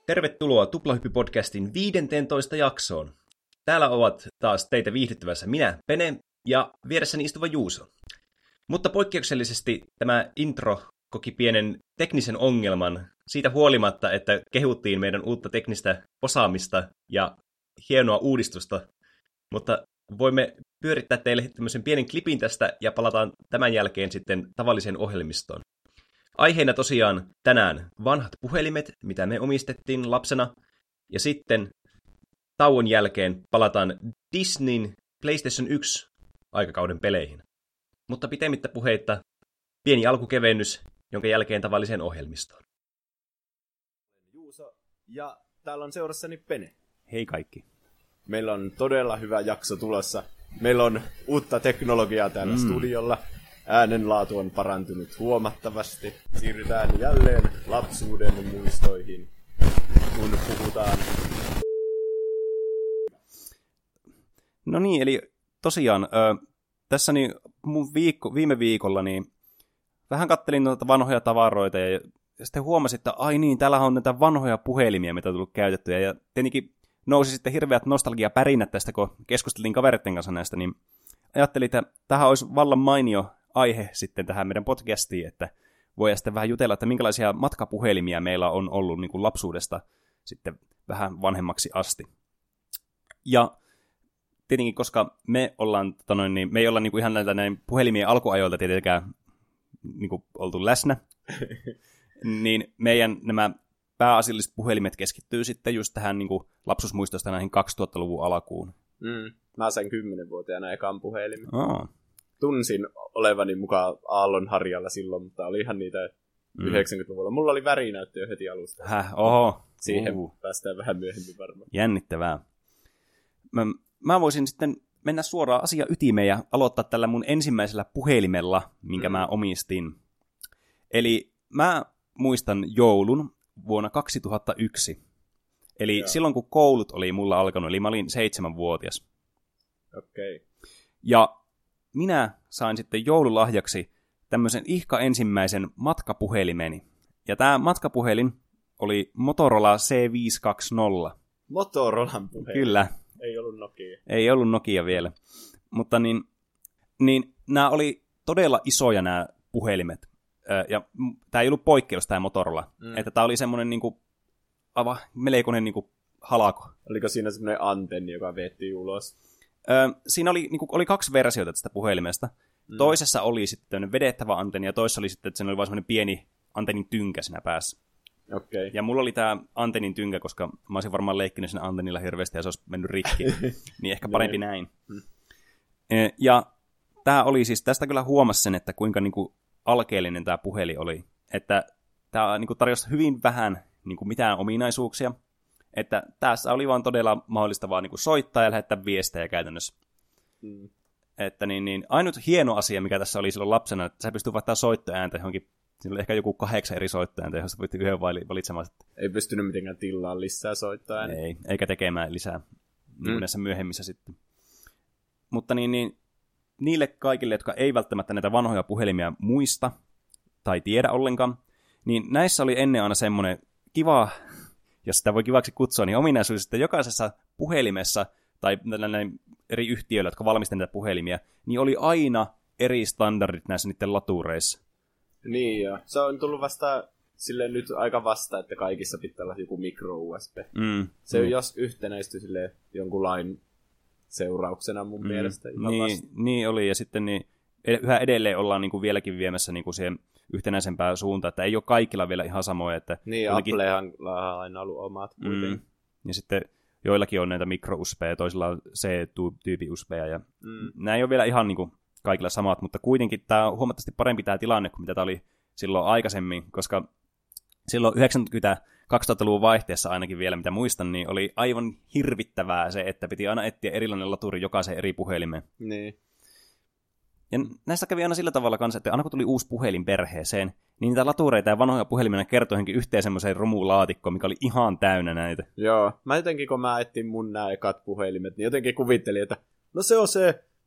Tervetuloa Tuplahyppy-podcastin 15. jaksoon. Täällä ovat taas teitä viihdyttävässä minä, Pene, ja vieressäni istuva Juuso. Mutta poikkeuksellisesti tämä intro koki pienen teknisen ongelman siitä huolimatta, että kehuttiin meidän uutta teknistä osaamista ja hienoa uudistusta. Mutta voimme pyörittää teille tämmöisen pienen klipin tästä ja palataan tämän jälkeen sitten tavalliseen ohjelmistoon. Aiheena tosiaan tänään vanhat puhelimet, mitä me omistettiin lapsena, ja sitten tauon jälkeen palataan Disneyn PlayStation 1 aikakauden peleihin. Mutta pitemmittä puheitta pieni alkukevennys, jonka jälkeen tavalliseen ohjelmistoon. Juuso, ja täällä on seurassani Pene. Hei kaikki. Meillä on todella hyvä jakso tulossa. Meillä on uutta teknologiaa täällä studiolla. Äänenlaatu on parantunut huomattavasti. Siirrytään jälleen lapsuuden muistoihin, kun puhutaan. No niin, eli tosiaan tässä niin viime viikolla niin vähän kattelin noita vanhoja tavaroita ja sitten huomasin, että ai niin, täällä on näitä vanhoja puhelimia, mitä on tullut käytettyä. Ja tietenkin nousi sitten hirveät nostalgiapärinnät tästä, kun keskustelin kavereiden kanssa näistä, niin ajattelin, että tähän olisi vallan mainio aihe sitten tähän meidän podcastiin, että voidaan sitten vähän jutella, että minkälaisia matkapuhelimia meillä on ollut niin kuin lapsuudesta sitten vähän vanhemmaksi asti. Ja tietenkin, koska me ollaan, niin me ei olla niin kuin ihan näin puhelimien alkuajoilta tietenkään niin kuin oltu läsnä, niin meidän nämä pääasialliset puhelimet keskittyy sitten just tähän niin kuin lapsuusmuistosta näihin 2000-luvun alkuun. Mä sain 10-vuotiaana ekan puhelimen. Oh. Tunsin olevani mukaan aallonharjalla silloin, mutta olihan niitä 90-luvulla. Mulla oli värinäyttö jo heti alusta. Oho. Siihen päästään vähän myöhemmin varmaan. Jännittävää. Mä voisin sitten mennä suoraan asia ytimeen ja aloittaa tällä mun ensimmäisellä puhelimella, minkä mä omistin. Eli mä muistan joulun vuonna 2001. Eli silloin, kun koulut oli mulla alkanut, eli mä olin 7-vuotias. Okei. Ja minä sain sitten joululahjaksi tämmöisen ihka ensimmäisen matkapuhelimeni. Ja tämä matkapuhelin oli Motorola C520. Motorolan puhelin? Kyllä. Ei ollut Nokia. Ei ollut Nokia vielä. Mutta niin nämä oli todella isoja nämä puhelimet. Ja tämä ei ollut poikkeus tämä Motorola. Että tämä oli semmoinen niinku melkoinen niinku halako. Oliko siinä semmoinen antenni, joka veettiin ulos? Siinä oli kaksi versiota tästä puhelimesta. Toisessa oli sitten vedettävä antenni ja toisessa oli sitten, että siinä oli vain semmoinen pieni antennin tynkä siinä päässä. Okay. Ja mulla oli tämä antennin tynkä, koska mä olisin varmaan leikkinyt siinä antennilla hirveästi ja se olisi mennyt rikki. Niin ehkä parempi näin. Ja tämä oli siis, tästä kyllä huomasi sen, että kuinka niinku alkeellinen tämä puhelin oli. Että tämä niinku tarjosi hyvin vähän niinku mitään ominaisuuksia. Että tässä oli vaan todella mahdollista vaan niinku soittaa ja lähettää viestejä käytännössä. Että ainut hieno asia, mikä tässä oli silloin lapsena, että sä pystyy vaihtamaan soittoääntä johonkin. Siinä oli ehkä joku 8 eri soittoääntä, josta voitti yhden valitsemaan. Ei pystynyt mitenkään tilaa lisää soittoääntä. Ei, eikä tekemään lisää näissä myöhemmissä sitten. Mutta niille kaikille, jotka ei välttämättä näitä vanhoja puhelimia muista tai tiedä ollenkaan, niin näissä oli ennen aina semmoinen kiva, jos sitä voi kivaksi kutsua, niin ominaisuus, että jokaisessa puhelimessa tai näin eri yhtiöillä, jotka valmistavat näitä puhelimia, niin oli aina eri standardit näissä niiden latureissa. Niin joo. Se on tullut vasta silleen nyt aika vasta, että kaikissa pitää olla joku micro-USB. Se jos yhtenäistyi silleen jonkun lain seurauksena mun mielestä. Niin oli, ja sitten yhä edelleen ollaan niin kuin vieläkin viemässä niin kuin siihen yhtenäisempään suuntaan, että ei ole kaikilla vielä ihan samoja. Että niin, Applehan on aina ollut omat kuitenkin. Ja sitten joillakin on näitä micro-USB, toisilla on C-tyyppi USB, ja nämä ei ole vielä ihan niin kuin kaikilla samat, mutta kuitenkin tämä on huomattavasti parempi tämä tilanne kuin mitä tämä oli silloin aikaisemmin, koska silloin 90-2000-luvun vaihteessa ainakin vielä, mitä muistan, niin oli aivan hirvittävää se, että piti aina etsiä erilainen laturi jokaisen eri puhelimeen. Niin. Ja näistä kävi aina sillä tavalla kanssa, että aina kun tuli uusi puhelin perheeseen, niin niitä latureita ja vanhoja puhelimia kertoi johonkin yhteen semmoiseen romulaatikkoon, mikä oli ihan täynnä näitä. Joo, mä jotenkin kun mä etsin mun nämä ekat puhelimet, niin jotenkin kuvittelin, että no se on se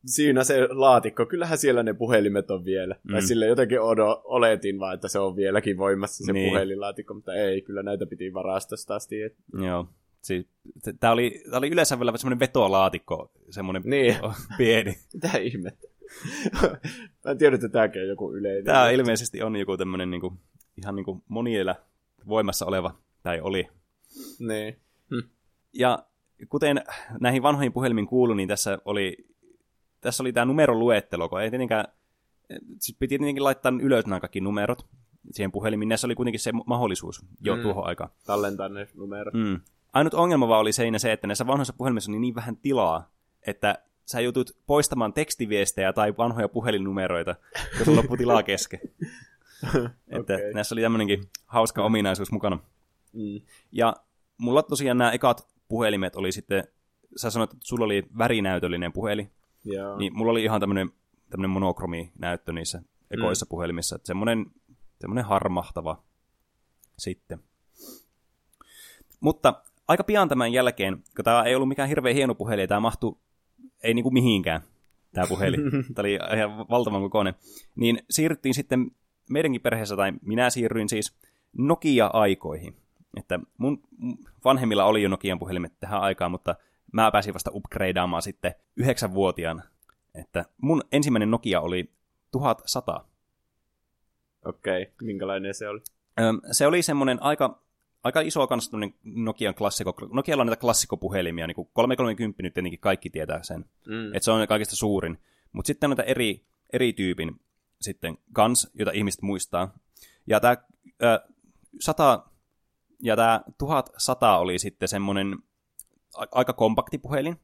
siinä se laatikko, kyllähän siellä ne puhelimet on vielä. Tai sille jotenkin oletin vaan, että se on vieläkin voimassa se puhelinlaatikko, mutta ei, kyllä näitä piti varastosta asti. Joo, siis, tämä oli yleensä vielä semmoinen vetolaatikko, semmoinen pieni. Mitä ihmettä? Mä en tiedä, että tämäkin on joku yleinen. Tämä ilmeisesti on joku tämmöinen niinku, ihan niinku monielä voimassa oleva, tai oli. Niin. Ja kuten näihin vanhoihin puhelimiin kuului, niin tässä oli tämä numeroluettelo, kun ei tietenkään, siis piti tietenkin laittaa ylös nämä kaikki numerot siihen puhelimiin. Näissä oli kuitenkin se mahdollisuus jo tuohon aikaan. Tallentaa ne numerot. Ainut ongelma vaan oli se, että näissä vanhoissa puhelimissa oli niin vähän tilaa, että sä joutut poistamaan tekstiviestejä tai vanhoja puhelinnumeroita, kun sulla loppui tilaa kesken. Että näissä oli tämmöinenkin hauska ominaisuus mukana. Ja mulla tosiaan nämä ekat puhelimet oli sitten, sä sanoit, että sulla oli värinäytöllinen puhelin, niin mulla oli ihan tämmöinen monokrominäyttö niissä ekoissa puhelimissa, että semmoinen harmahtava sitten. Mutta aika pian tämän jälkeen, kun tämä ei ollut mikään hirveän hieno puhelin, tämä mahtui ei niinku mihinkään, tämä puhelin, tämä oli ihan valtavan kokoinen, niin siirryttiin sitten meidänkin perheessä, tai minä siirryin siis Nokia-aikoihin. Että mun vanhemmilla oli jo Nokian puhelimet tähän aikaan, mutta mä pääsin vasta upgradeaamaan sitten 9-vuotiaana. Että mun ensimmäinen Nokia oli 1100. Okei, minkälainen se oli? Se oli semmoinen aika iso kanssa Nokian klassikko. Nokialla on niitä klassikkopuhelimia, niin kuin 330 nyt tietenkin kaikki tietää sen. Että se on kaikista suurin. Mutta sitten on näitä eri tyypin sitten kans, jota ihmiset muistaa. Ja tämä 100... Ja tämä 1100 oli sitten semmoinen aika kompakti puhelin.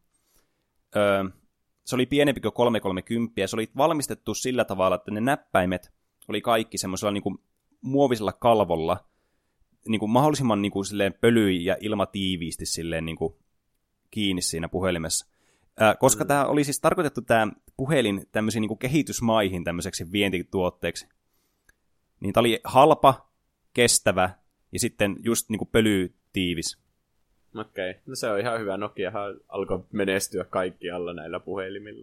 Se oli pienempi kuin 330, ja se oli valmistettu sillä tavalla, että ne näppäimet oli kaikki semmoisella niin kuin muovisella kalvolla, niin kuin mahdollisimman niin kuin silleen pölyi ja ilmatiiviisti silleen niin kuin kiinni siinä puhelimessa. Koska tämä oli siis tarkoitettu tämä puhelin tämmöisiin niin kuin kehitysmaihin tämmöiseksi vientituotteeksi. Niin tämä oli halpa, kestävä, ja sitten just niin kuin pölytiivis. Okei. No se on ihan hyvä. Nokiahan alkoi menestyä kaikkialla näillä puhelimilla.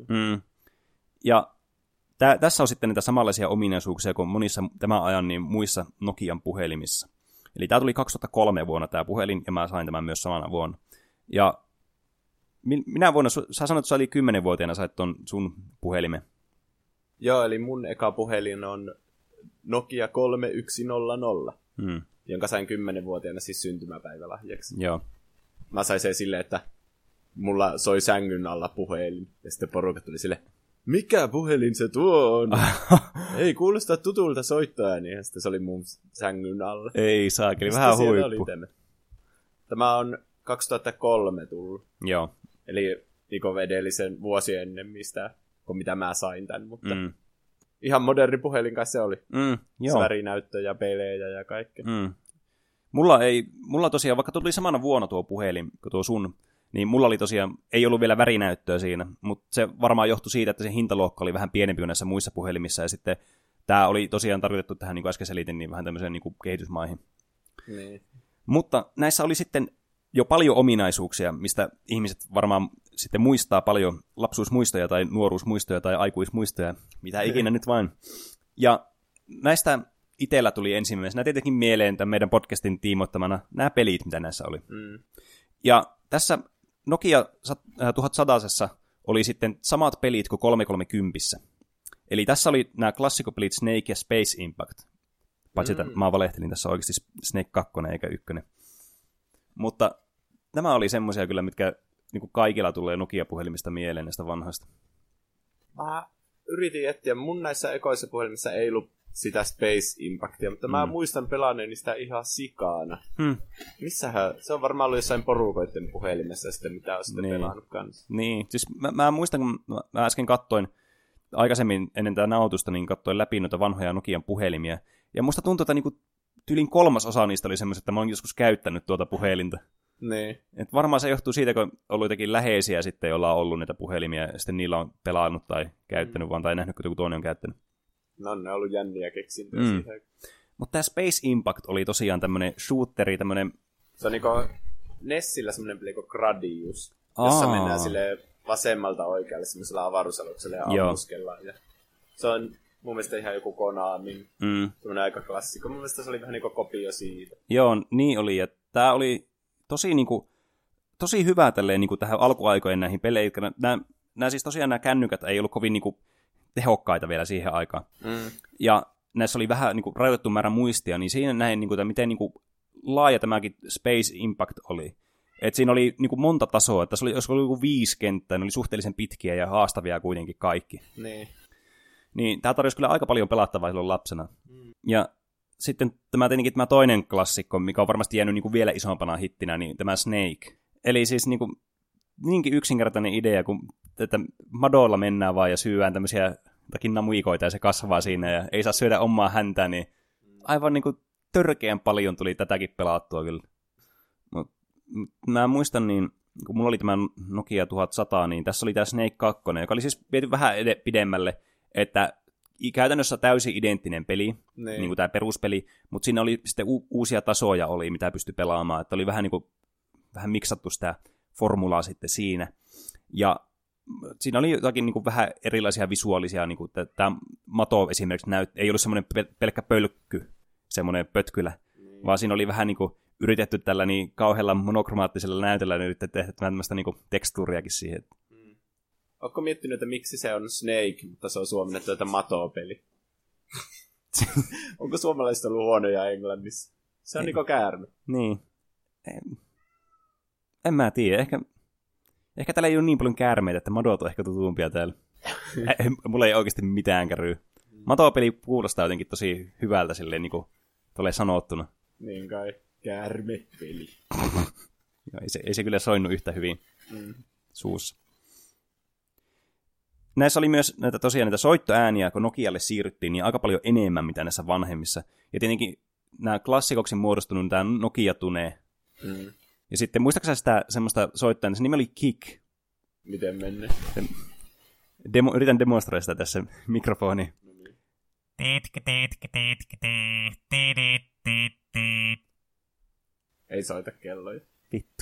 Ja tässä on sitten niitä samanlaisia ominaisuuksia kuin monissa tämän ajan niin muissa Nokian puhelimissa. Eli tämä tuli 2003 vuonna tämä puhelin, ja mä sain tämän myös samana vuonna. Ja minä vuonna, sä sanoit, että sä oli 10-vuotiaana sait ton sun puhelimen. Joo, eli mun eka puhelin on Nokia 3100. Jonka sain 10-vuotiaana siis syntymäpäivälahjaksi. Joo. Mä sain sen silleen, että mulla soi sängyn alla puhelin. Ja sitten porukat tuli silleen, mikä puhelin se tuo on? Ei kuulosta tutulta soittaa, niin sitten se oli mun sängyn alla. Ei saakeli, vähän huippu. Tämä on 2003 tullut. Joo. Eli edellisen vuosi ennen kuin mitä mä sain tän, mutta ihan moderni puhelin kai se oli. Värinäyttö ja pelejä ja kaikkea. Mulla tosiaan, vaikka tuli samana vuonna tuo puhelin kuin tuo sun, niin mulla oli tosiaan, ei ollut vielä värinäyttöä siinä, mutta se varmaan johtui siitä, että se hintaluokka oli vähän pienempi kuin näissä muissa puhelimissa, ja sitten tämä oli tosiaan tarkoitettu tähän, niin kuin äsken selitin, niin vähän tämmöiseen niin kuin kehitysmaihin. Niin. Mutta näissä oli sitten jo paljon ominaisuuksia, mistä ihmiset varmaan sitten muistaa paljon lapsuusmuistoja tai nuoruusmuistoja tai aikuismuistoja, mitä ikinä nyt vain. Ja näistä itsellä tuli ensimmäisenä tietenkin mieleen tämän meidän podcastin tiimoittamana nämä pelit, mitä näissä oli. Ja tässä Nokia 1100 oli sitten samat pelit kuin 330. Eli tässä oli nämä klassikkopelit Snake ja Space Impact. Paitsi että mä valehtelin, tässä oikeasti Snake 2 eikä 1. Mutta nämä oli semmoisia kyllä, mitkä niin kuin kaikilla tulee Nokia-puhelimista mieleen näistä vanhoista. Mä yritin etsiä, mun näissä ekoissa puhelimissa ei ollut sitä Space Impactia, mutta mä muistan pelanneeni sitä ihan sikaana. Missähän? Se on varmaan ollut jossain porukoiden puhelimessa sitten, mitä on sitten pelannut kanssa. Niin, siis mä muistan, kun mä äsken katsoin aikaisemmin ennen tätä nautusta, niin katsoin läpi noita vanhoja Nokian puhelimia. Ja musta tuntuu, että niinku tyylin 3/3 niistä oli semmoiset, että mä oon joskus käyttänyt tuota puhelinta. Niin. Et varmaan se johtuu siitä, kun on ollut jotenkin läheisiä sitten, joilla on ollut niitä puhelimia, ja sitten niillä on pelannut tai käyttänyt vaan, tai nähnyt, kun joku toinen on käyttänyt. No, ne on ollut jänniä keksintöjä siihen. Mutta tämä Space Impact oli tosiaan tämmönen shooteri, tämmönen... Se on niinku Nessillä semmonen peli kuin Gradius, jossa mennään silleen vasemmalta oikealle semmoisella avaruusaluksella ja ammuskellaan. Ja se on mun mielestä ihan joku Konamin semmoinen aika klassikko. Mun mielestä se oli vähän niin kuin kopio siitä. Joo, niin oli. Ja tää oli tosi niinku tosi hyvä tälleen niinku tähän alkuaikojen näihin peleihin. Nämä siis tosiaan nämä kännykät ei ollut kovin niinku tehokkaita vielä siihen aikaan. Ja näissä oli vähän niinku rajoitettu määrä muistia, niin siinä näin niinku, miten niinku laaja tämäkin Space Impact oli. Et siinä oli niinku monta tasoa, että se oli, jos oli joku 5 kenttää, ne oli suhteellisen pitkiä ja haastavia kuitenkin kaikki. Niin tämä tarjosi kyllä aika paljon pelattavaa silloin lapsena. Ja sitten tämä toinen klassikko, mikä on varmasti jäänyt niinku vielä isompana hittinä, niin tämä Snake. Eli siis niinku, niinkin yksinkertainen idea, kun että madolla mennään vaan ja syyään tämmöisiä jotakin namuikoita ja se kasvaa siinä ja ei saa syödä omaa häntää, niin aivan niinku törkeän paljon tuli tätäkin pelattua kyllä. Mä muistan, niin kun mulla oli tämä Nokia 1100, niin tässä oli tämä Snake 2, joka oli siis viety vähän pidemmälle, että käytännössä täysin identtinen peli, niin kuin tämä peruspeli, mutta siinä oli sitten uusia tasoja, oli, mitä pystyi pelaamaan, että oli vähän, niin kuin, vähän miksattu sitä formulaa sitten siinä. Ja siinä oli jotakin niin kuin vähän erilaisia visuaalisia, niin kuin tämä mato esimerkiksi ei ollut semmoinen pelkkä pölkky, semmoinen pötkylä, vaan siinä oli vähän niin kuin yritetty tällä niin kauhealla monokromaattisella näytöllä niin tehdä tämmöistä niin kuin tekstuuriakin siihen. Ootko miettinyt, että miksi se on Snake, mutta se on suomennettu tätä Mato-peli? Onko suomalaiset ollut huonoja Englannissa? Se on niinku käärme. Niin. En mä tiedä. Ehkä täällä ei ole niin paljon käärmeitä, että madot on ehkä tutumpia täällä. Mulla ei oikeasti mitään käryy. Mato-peli kuulostaa jotenkin tosi hyvältä silleen niin kuin tulee sanottuna. Niin kai. Käärmepeli. Joo, ei se kyllä soinut yhtä hyvin suussa. Näissä oli myös näitä soittoääniä, kun Nokialle siirryttiin, niin aika paljon enemmän, mitä näissä vanhemmissa. Ja tietenkin nämä klassikoksi muodostunut tämä Nokia Tune. Ja sitten muistatko sitä semmoista soittoa, se nimi oli Kick. Miten mennä? Yritän demonstroida sitä tässä mikrofoniin. Ei soita kelloja. Vittu.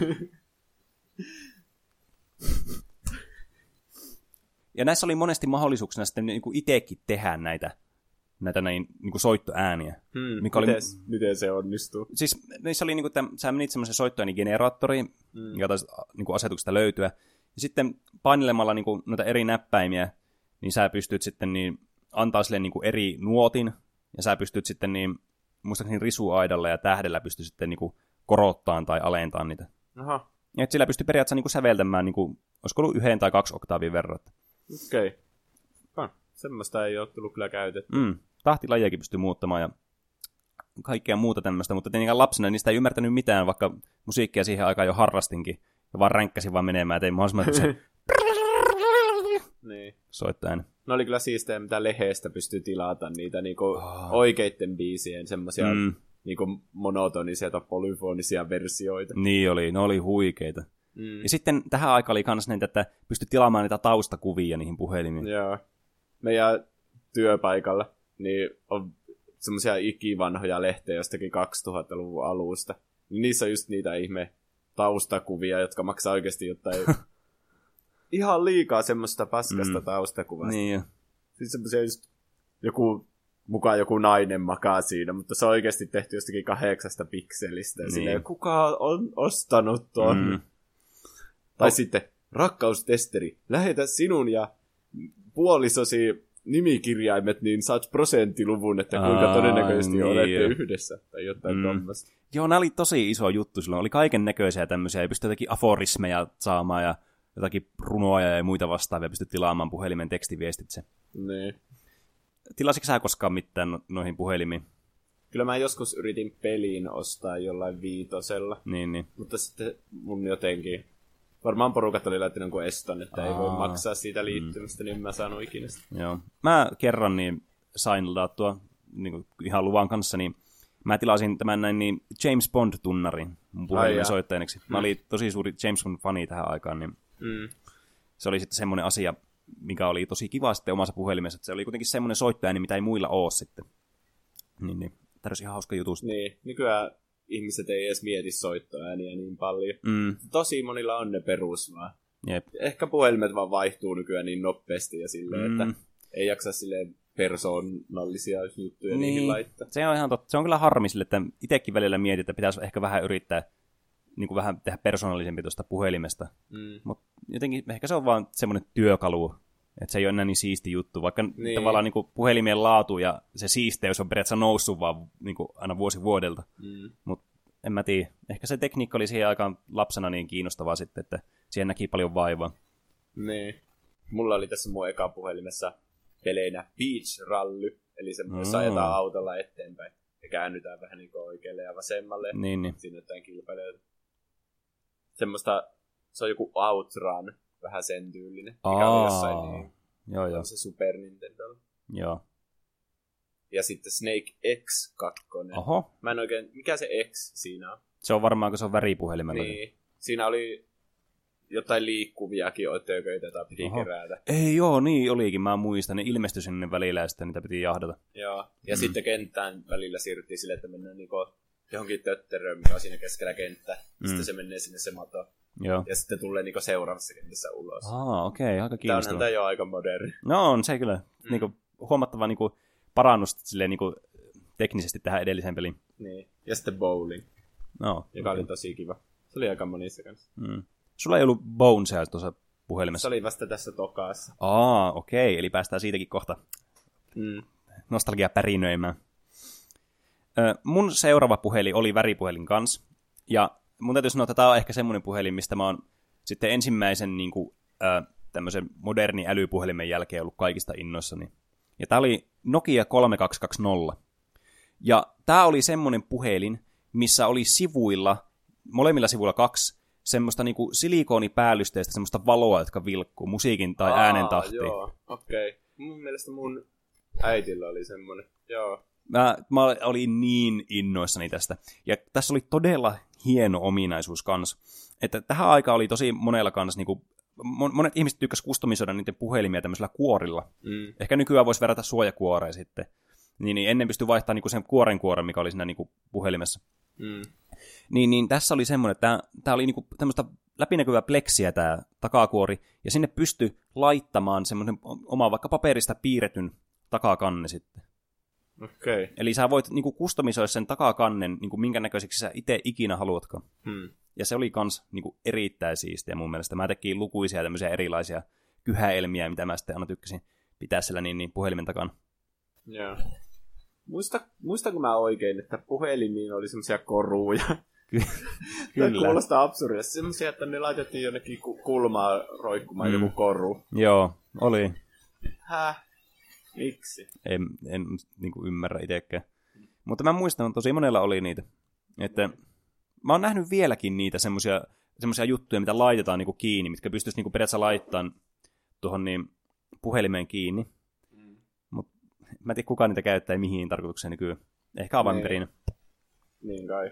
Ja näissä oli monesti mahdollisuuksena sitten niin kuin itsekin tehdä näitä näin, niin kuin soittoääniä. Miten se onnistuu? Siis niissä oli, niin kuin, sä menit semmoisen soittoäänigeneraattoriin, joka taisi niin kuin asetuksesta löytyä. Ja sitten painelemalla niin kuin, noita eri näppäimiä, niin sä pystyt sitten niin, antaa sille niin kuin eri nuotin, ja sä pystyt sitten niin, muistaakseni risuaidalla ja tähdellä pystyt sitten niin kuin, korottaan tai alentamaan niitä. Aha. Ja sillä pystyy periaatteessa niin kuin, säveltämään, niin kuin, olisiko ollut 1 tai 2 oktaavin verran. Okei. Semmoista ei ole tullut kyllä käytetty. Tahtilajiakin pystyy muuttamaan ja kaikkea muuta tämmöistä, mutta tietenkään lapsena niistä ei ymmärtänyt mitään, vaikka musiikkia siihen aikaan jo harrastinkin. Ja vaan ränkkäsin vaan menemään ja tein mahdollisimman se niin. soittoääni. Ne oli kyllä siistejä, mitä lehestä pystyy tilata niitä niinku oikeitten biisien semmoisia niinku monotonisia tai polyfonisia versioita. Niin oli, ne oli huikeita. Ja sitten tähän aikaan oli kans niitä, että pystyi tilaamaan niitä taustakuvia niihin puhelimiin. Joo. Meidän työpaikalla niin on semmoisia ikivanhoja lehtejä jostakin 2000-luvun alusta. Niissä on just niitä ihme taustakuvia, jotka maksaa oikeasti jotain ihan liikaa semmoista paskasta taustakuvasta. Niin jo. Siis semmoisia just joku nainen makaa siinä, mutta se on oikeasti tehty jostakin 8 pikselistä. Ja niin. Silleen, kuka on ostanut ton? Tai sitten, rakkaustesteri, lähetä sinun ja puolisosi nimikirjaimet, niin saat prosenttiluvun, että kuinka todennäköisesti niin olette yhdessä, tai jotain tommasta. Joo, nämä oli tosi iso juttu silloin. Oli kaiken näköisiä tämmöisiä, ja pystyi jotakin aforismeja saamaan, ja jotakin runoja ja muita vastaavia, pystyi tilaamaan puhelimen tekstiviestitse. Niin. Tilasitko sä koskaan mitään noihin puhelimiin? Kyllä mä joskus yritin peliin ostaa jollain 5. Niin. Mutta sitten mun jotenkin varmaan porukat oli laittanut jonkun eston, että ei voi maksaa siitä liittymistä, niin mä saanut ikinä sitä. Joo. Mä kerran niin sain ladattua niin ihan luvan kanssa, niin mä tilasin tämän näin niin James Bond-tunnarin mun puhelimen soittajaneksi. Mä olin tosi suuri James Bond-fani tähän aikaan, niin se oli sitten semmoinen asia, mikä oli tosi kiva sitten omassa puhelimessa. Se oli kuitenkin semmoinen soittajaini, mitä ei muilla ole sitten. Niin. Tarjosi ihan hauska jutus. Niin, nykyään ihmiset ei edes mieti soittoääniä niin paljon. Tosi monilla on ne perus vaan. Jep. Ehkä puhelimet vaan vaihtuu nykyään niin nopeasti ja silleen, että ei jaksa silleen persoonallisia juttuja niihin laittaa. Se on ihan totta. Se on kyllä harmi sille, että itsekin välillä mietin, että pitäisi ehkä vähän yrittää niin kuin vähän tehdä persoonallisempi tuosta puhelimesta. Mutta jotenkin ehkä se on vaan semmoinen työkalu, että se ei ole enää niin siisti juttu, vaikka tavallaan niin kuin puhelimien laatu ja se siisteys on periaatteessa noussut vaan niin kuin aina vuosi vuodelta. Mutta en mä tiedä. Ehkä se tekniikka oli siihen aikaan lapsena niin kiinnostavaa sitten, että siihen näki paljon vaivaa. Niin. Mulla oli tässä mun eka puhelimessa peleinä Beach Rally, eli semmoinen, jossa ajetaan autolla eteenpäin ja käännytään vähän niin kuin oikealle ja vasemmalle. Niin. Siinä jotain kilpailuja. Semmoista, se on joku Outrun, vähän sen tyylinen, mikä oli jossain niin. Joo. Se Super Nintendo. Joo. Ja sitten Snake X2. Oho. Mä en oikein, mikä se X siinä on? Se on varmaan, kun se on väripuhelimella. Niin. Siinä oli jotain liikkuviakin ötököitä, jota piti kerätä. Ei joo, niin olikin. Mä muistan. Ne ilmestyi sinne välillä ja sitten niitä piti jahdata. Joo. Ja sitten kenttään välillä siirryttiin sille, että mennään niinku johonkin tötteröön, mikä on siinä keskellä kenttää. Sitten se menee sinne se mato. Joo. Ja sitten tulee niinku seuraavassa kentässä ulos. Okei, aika kiinnostavaa. Tämä on jo aika moderni. No on se kyllä. Niinku, huomattava niinku parannus silleen, niinku, teknisesti tähän edelliseen peliin. Niin. Ja sitten bowling. No, joka oli tosi kiva. Se oli aika monissa kanssa. Sulla ei ollut Bonesia tuossa puhelimessa? Se oli vasta tässä tokaassa. Okei. Eli päästään siitäkin kohta nostalgia pärinöimään. Mun seuraava puhelin oli väripuhelin kanssa. Ja mun täytyy sanoa, että tämä on ehkä semmoinen puhelin, mistä mä oon sitten ensimmäisen niin kuin, tämmöisen moderni älypuhelimen jälkeen ollut kaikista innoissani. Ja tää oli Nokia 3220. Ja tää oli semmoinen puhelin, missä oli molemmilla sivuilla 2 semmoista niinku silikoonipäällysteistä semmoista valoa, jotka vilkkuu musiikin tai äänen tahtiin. Joo, okei. Mun mielestä mun äitillä oli semmoinen, joo. Mä olin niin innoissani tästä. Ja tässä oli todella hieno ominaisuus kans. Että tähän aikaan oli tosi monella kans, niinku, monet ihmiset tykkäs kustomisoida niiden puhelimia tämmöisellä kuorilla. Ehkä nykyään voisi verrata suojakuoreen sitten. Niin ennen pystyi vaihtamaan niinku sen kuoren, mikä oli siinä niinku puhelimessa. Niin tässä oli semmoinen, että tämä oli niinku tämmöistä läpinäkyvää pleksiä tämä takakuori, ja sinne pystyi laittamaan semmoisen oman vaikka paperista piirretyn takakanne sitten. Okei. Eli sä voit niinku kustomisoida sen takakannen niinku minkä näköiseksi sä itse ikinä haluatkaan. Ja se oli kans niinku erittäin siistiä mun mielestä. Mä tekin lukuisia tämmöisiä erilaisia kyhäelmiä, mitä mä sitten aina tykkäsin pitää siellä niin puhelimen takana. Joo. Muistanko mä oikein, että puhelimiin oli semmoisia koruja? Kyllä. Tämä kuulostaa absurdista. Semmoisia, että ne laitettiin jonnekin kulmaa roikkumaan joku koru. Joo, oli. Miksi? En niinku ymmärrä itsekään. Mutta mä muistan, että tosi monella oli niitä. Että mä oon nähnyt vieläkin niitä semmoisia juttuja, mitä laitetaan niinku kiinni, mitkä pystyisi niinku periaatteessa laittamaan tuohon niin puhelimeen kiinni. Mutta mä en tiedä, kukaan niitä käyttää mihin tarkoitukseen nykyään. Ehkä avaimenperinä. Niin kai.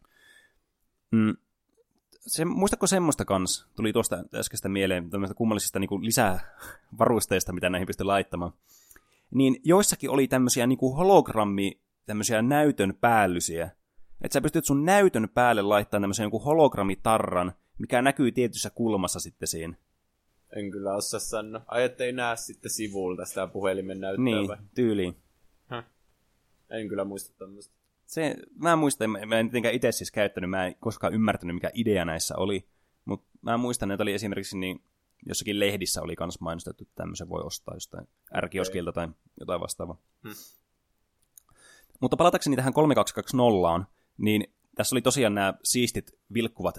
Muistatko semmoista kans? Tuli tuosta äskeistä mieleen tämmöistä kummallisista niinku lisävarusteista, mitä näihin pystyi laittamaan. Niin joissakin oli tämmöisiä niinku tämmöisiä näytön päällysiä. Että sä pystyt sun näytön päälle laittamaan tämmöisen joku hologrammitarran, mikä näkyy tietyssä kulmassa sitten siinä. En kyllä osaa sanoa. Ai, ettei näe sitten sivulta sitä puhelimen näyttöä. Niin, tyyliin. En kyllä muista tämmöistä. Mä muistan, mä en tietenkään itse siis käyttänyt, mä en koskaan ymmärtänyt, mikä idea näissä oli. Mutta mä muistan, että oli esimerkiksi niin, jossakin lehdissä oli kans mainostettu, että tämmöisen voi ostaa jostain R-kioskilta tai jotain vastaavaa. Mutta palatakseni tähän 3220, niin tässä oli tosiaan nämä siistit vilkkuvat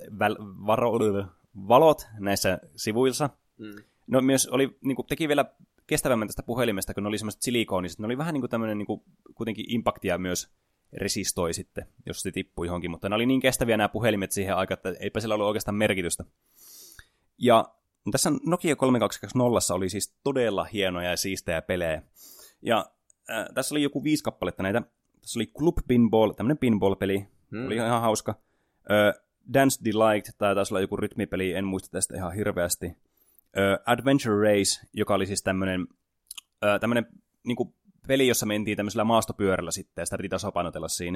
valot näissä sivuissa. No myös teki vielä kestävämmän tästä puhelimesta, kun ne oli semmoiset silikooniset. Ne oli vähän niin kuin tämmöinen niin kuin, kuitenkin impaktia myös resistoi sitten, jos se tippui johonkin. Mutta ne oli niin kestäviä nämä puhelimet siihen aikaan, että eipä sillä ollut oikeastaan merkitystä. Ja tässä Nokia 3220 oli siis todella hienoja ja siistejä pelejä. Ja tässä oli joku 5 kappaletta näitä. Tässä oli Club Pinball, tämmöinen pinball-peli. Oli ihan hauska. Dance Delight, tai taisi olla joku rytmipeli, en muista tästä ihan hirveästi. Adventure Race, joka oli siis tämmöinen niinku peli, jossa mentiin tämmöisellä maastopyörällä sitten, ja sitä piti tasapainotella siinä.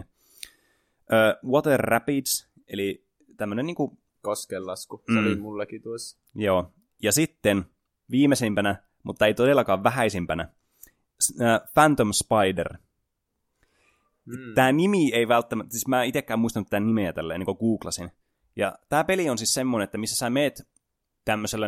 Water Rapids, eli tämmöinen niinku... Koskenlasku, se oli mullakin tuossa. Joo, Ja sitten viimeisimpänä, mutta ei todellakaan vähäisimpänä, Phantom Spider. Tämä nimi ei välttämättä, siis mä itsekään muistanut tämän nimeä tälleen, niin kuin googlasin. Ja tämä peli on siis semmoinen, että missä sä meet tämmöisellä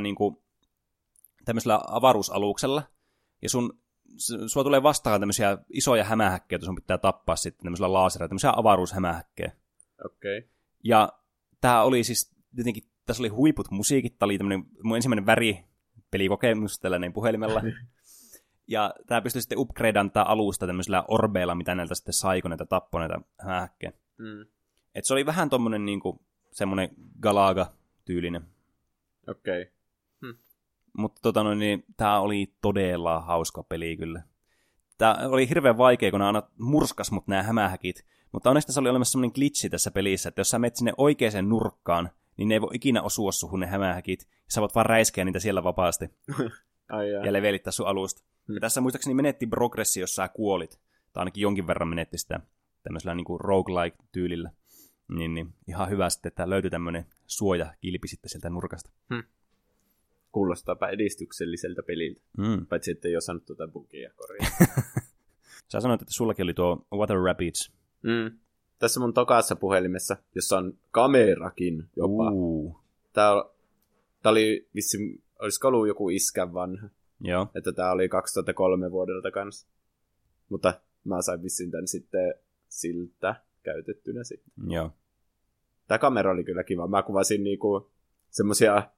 avaruusaluksella, ja sua tulee vastaan tämmöisiä isoja hämähäkkejä, joita sun pitää tappaa sitten tämmöisellä laaserilla, tämmöisiä avaruushämähäkkejä. Okei. Okay. Ja tää oli siis, jotenkin, tässä oli huiput musiikit, tää oli tämmönen mun ensimmäinen väripelikokemus tällainen puhelimella. Ja tää pystyi sitten upgradean tää alusta tämmöisillä orbeilla, mitä näiltä sitten sai, kun näitä tappoi näitä hämähäkkejä. Et se oli vähän tommonen niinku, semmonen Galaga-tyylinen. Okei. Okay. Mutta tää oli todella hauska peli kyllä. Tää oli hirveän vaikea, kun ne aina murskas mut nää hämähäkit. Mutta onneksi tässä oli olemassa semmoinen glitchi tässä pelissä, että jos sä menet sinne oikeaan nurkkaan, niin ne ei voi ikinä osua suhun ne hämähäkit. Ja sä voit vaan räiskeä niitä siellä vapaasti. Ja levelittää sun alusta. Ja tässä muistaakseni menetti progressi, jos sä kuolit. Tai ainakin jonkin verran menetti sitä tämmöisellä niinku roguelike-tyylillä. Niin ihan hyvä sitten, että löytyi tämmöinen suojakilpi sitten sieltä nurkasta. Kuulostaapa edistykselliseltä peliltä. Paitsi ettei osannut tuota bugia korjaa. Sä sanoit, että sullakin oli tuo Water Rapids. Tässä mun tokaassa puhelimessa, jossa on kamerakin jopa. Tää oli vissi, olisiko ollut joku iskän vanha. Joo. Että tää oli 2003 vuodelta kanssa. Mutta mä sain vissiin tän sitten siltä käytettynä sitten. Joo. Tää kamera oli kyllä kiva. Mä kuvasin niinku semmosia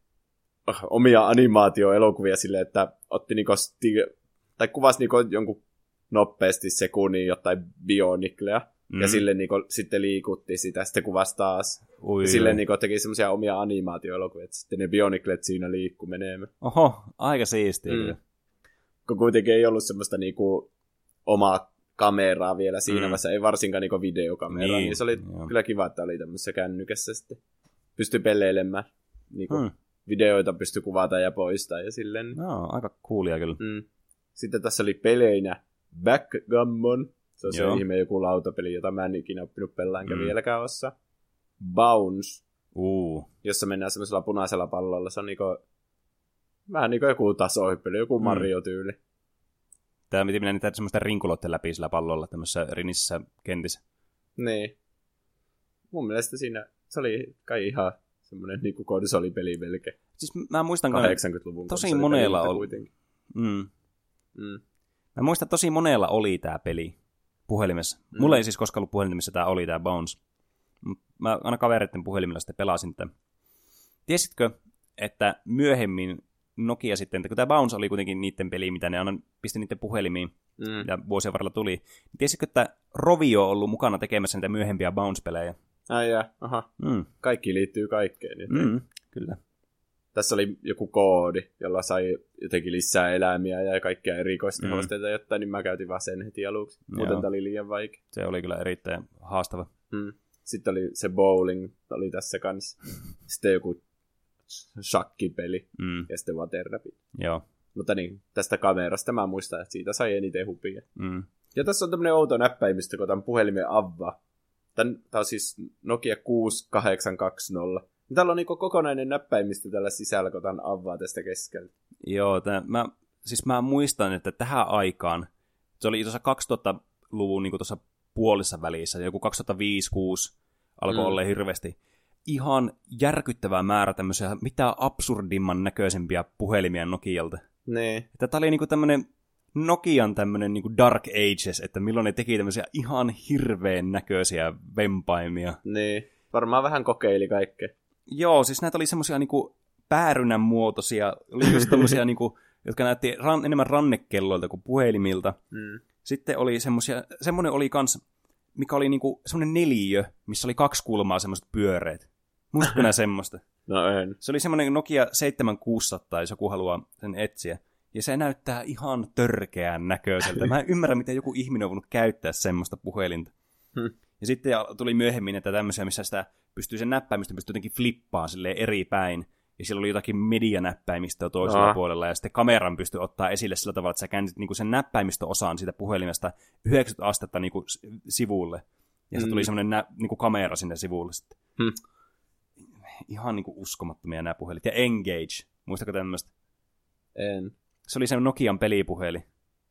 omia animaatioelokuvia silleen, että otti niinku tai kuvasi niinku jonkun nopeasti sekunnin jotain bionikleja. Ja sille niinku sitten liikutti sitä, sitten kuvasi taas. Ja sille niinku teki semmosia omia animaatioelokuvia, että sitten ne bioniklet siinä liikkuu menemään. Oho, aika siistiä. Kun kuitenkin ei ollut semmoista niinku omaa kameraa vielä siinä vaiheessa, ei varsinkaan niinku videokameraa, niin se oli kyllä kiva, että oli tämmöisessä kännykässä sitten. Pystyi peleilemään. Niinku videoita pystyi kuvata ja poistaa ja silleen. No, aika coolia kyllä. Sitten tässä oli peleinä Backgammon. Se on se ihme joku lautapeli, jota mä en ikinä oppinut pelaa, enkä vieläkään ossa. Bounce, jossa mennään semmoisella punaisella pallolla. Se on niinku, vähän niin kuin joku tasohyppely, joku Mario-tyyli. Tämä piti mennä niitä semmoista rinkuloiden läpi sillä pallolla, tämmöisessä rinisessä kentissä. Niin. Mun mielestä siinä se oli kai ihan semmoinen niinku konsolipeli melkein. Siis mä muistan 80-luvun tosi monella oli. Kuitenkin. Mä muistan, tosi monella oli tää peli puhelimessa. Mulla ei siis koskaan ollut puhelimessa, missä tää oli tää Bounce. Mä aina kavereiden puhelimella sitten pelasin tätä. Tiesitkö, että myöhemmin Nokia sitten, kun tää Bounce oli kuitenkin niiden peli, mitä ne aina pisti niiden puhelimiin ja vuosien varrella tuli. Niin tiesitkö, että Rovio on ollut mukana tekemässä niitä myöhempiä Bounce-pelejä? Kaikki liittyy kaikkeen. Niin kyllä. Tässä oli joku koodi, jolla sai jotenkin lisää eläimiä ja kaikkia erikoistehosteita jotain, niin mä käytin vaan sen heti aluksi. Muuten tämä oli liian vaikea. Se oli kyllä erittäin haastava. Sitten oli se bowling, oli tässä kanssa. Sitten joku shakkipeli ja sitten Water Rapid. Joo. Mutta niin, tästä kamerasta mä muistan, että siitä sai eniten hupia. Ja tässä on tämmönen outo näppäimistö, kun tämän puhelimen avaa. Tämä on siis Nokia 6820. Täällä on niinku kokonainen näppäimistö tällä sisällä, kun tämän avaa tästä keskeltä. Joo, mä muistan, että tähän aikaan, se oli tuossa 2000-luvun niin tuossa puolissa välissä, joku 2005-2006 alkoi olla hirveästi ihan järkyttävä määrä tämmöisiä mitä absurdimman näköisempiä puhelimia Nokialta. Nee. Että tää oli niinku tämmönen Nokian tämmönen niinku Dark Ages, että milloin ne teki tämmöisiä ihan hirveän näköisiä vempaimia. Niin, varmaan vähän kokeili kaikkea. Joo, siis näitä oli semmosia niinku päärynän muotoisia, oli just tommosia niinku, jotka näytti enemmän rannekelloilta kuin puhelimilta. Sitten oli semmonen oli kans, mikä oli niinku semmonen neliö, missä oli 2 kulmaa semmoiset pyöreät. Muistatko nää semmoista? No en. Se oli semmonen Nokia 7600, jos joku haluaa sen etsiä. Ja se näyttää ihan törkeän näköiseltä. Mä en ymmärrä, miten joku ihminen on voinut käyttää semmoista puhelinta. Ja sitten tuli myöhemmin, että tämmöisiä, missä sitä sen näppäimistön pystyy jotenkin flippaamaan silleen eri päin. Ja siellä oli jotakin medianäppäimistöä toisella puolella. Ja sitten kameran pystyi ottaa esille sillä tavalla, että sä käännit niinku sen näppäimistöosaan siitä puhelimesta 90 astetta niinku sivulle. Ja se tuli semmoinen niinku kamera sinne sivulle sitten. Ihan niinku uskomattomia nämä puhelit. Ja Engage. Muistatko tämmöistä? En. Se oli se Nokian pelipuhelin.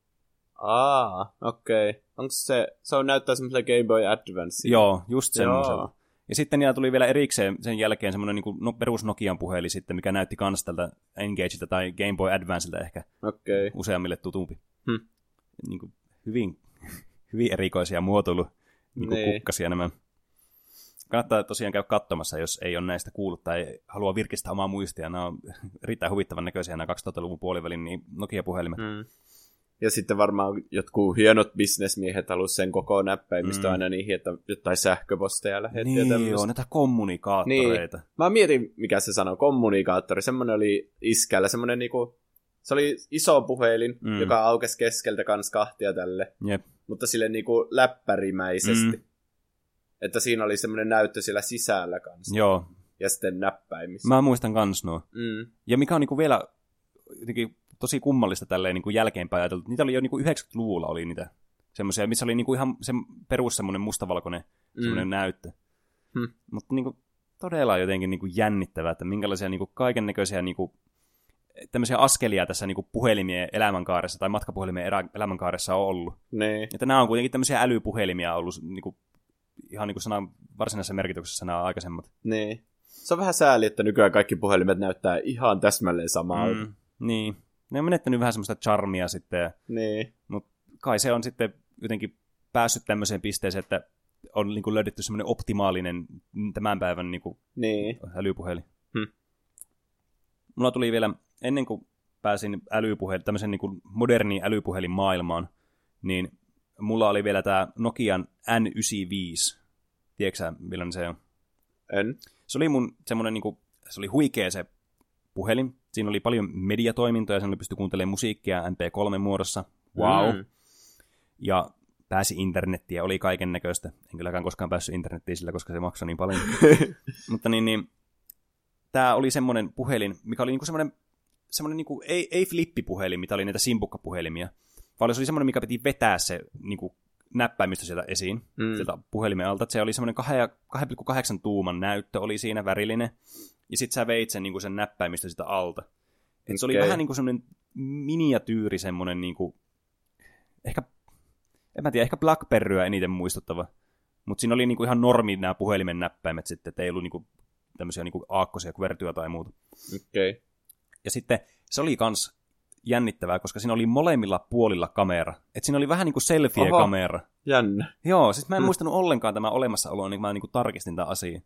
Okei. Onko se on näyttää semmoiselle Game Boy Advance? Joo, just semmoisella. Ja sitten niillä tuli vielä erikseen sen jälkeen semmoinen niin perus Nokian puhelin sitten, mikä näytti kans tältä Engagelta tai Game Boy Advancelta ehkä useammille tutumpi. Niin kuin hyvin erikoisia muotoilu kukkasia nämä. Kannattaa tosiaan käydä katsomassa, jos ei ole näistä kuullut tai haluaa virkistää omaa muistia. Nämä on erittäin huvittavan näköisiä nämä 2000-luvun puolivälin niin Nokia-puhelimet. Ja sitten varmaan jotkut hienot bisnesmiehet halusivat sen koko näppäimistä aina niihin, että jotain sähköposteja lähetti. Niin joo, näitä kommunikaattoreita. Niin. Mä mietin, mikä se sanoo, kommunikaattori. Semmoinen oli iskällä, semmoinen niinku, se oli iso puhelin, joka aukesi keskeltä kans kahtia tälle. Jep. Mutta sille niinku läppärimäisesti. Että siinä oli semmoinen näyttö siellä sisällä kanssa. Joo. Ja sitten näppäimissä. Mä muistan kans nuo. Ja mikä on niinku vielä jotenkin tosi kummallista tälleen niinku jälkeenpäin ajateltu. Niitä oli jo niinku 90-luvulla oli niitä semmoisia, missä oli niinku ihan se perus semmoinen mustavalkoinen semmoinen näyttö. Mutta niinku todella jotenkin niinku jännittävää, että minkälaisia niinku kaikennäköisiä niinku tämmöisiä askelia tässä niinku puhelimien elämänkaaressa tai matkapuhelimien elämänkaaressa on ollut. Nee. Että nämä on kuitenkin tämmöisiä älypuhelimia ollut niinku ihan niin kuin sanan varsinaisessa merkityksessä nämä aikaisemmat. Niin. Se on vähän sääli, että nykyään kaikki puhelimet näyttää ihan täsmälleen samalta. Niin. Ne on menettänyt vähän semmoista charmia sitten. Niin. Mutta kai se on sitten jotenkin päässyt tämmöiseen pisteeseen, että on niin kuin löydetty semmoinen optimaalinen tämän päivän niin kuin älypuhelin. Mulla tuli vielä, ennen kuin pääsin tämmöisen niin kuin moderniin älypuhelin maailmaan, niin mulla oli vielä tämä Nokian N95. Tiedätkö sä, millainen se on? En. Se oli mun semmoinen, niinku, se oli huikea se puhelin. Siinä oli paljon mediatoimintoja, siinä pystyi kuuntelemaan musiikkia MP3-muodossa. Wow. Ja pääsi internettiin ja oli kaiken näköistä. En kylläkään koskaan päässyt internettiin sillä, koska se maksoi niin paljon. Mutta niin, tämä oli semmoinen puhelin, mikä oli niinku semmoinen niinku, ei flippipuhelin, mitä oli näitä simpukkapuhelimia, vaan se oli semmoinen, mikä piti vetää se niinku, näppäimistö sieltä esiin, sieltä puhelimen alta. Se oli semmoinen 2,8 tuuman näyttö, oli siinä värillinen, ja sitten sä veit sen, niinku, sen näppäimistö sitä alta. Et se oli vähän niin kuin semmoinen miniatyyri, semmoinen, niinku, ehkä Blackberryä eniten muistuttava, mutta siinä oli niinku ihan normi nämä puhelimen näppäimet sitten, että ei ollut niinku, tämmöisiä niinku, aakkosia, kuvertyä tai muuta. Okay. Ja sitten se oli kans jännittävää, koska siinä oli molemmilla puolilla kamera. Et siinä oli vähän niin kuin selfie-kamera. Jännä. Joo, siis mä en muistanut ollenkaan tämä olemassaoloa, niin mä niin kuin tarkistin tämän asian.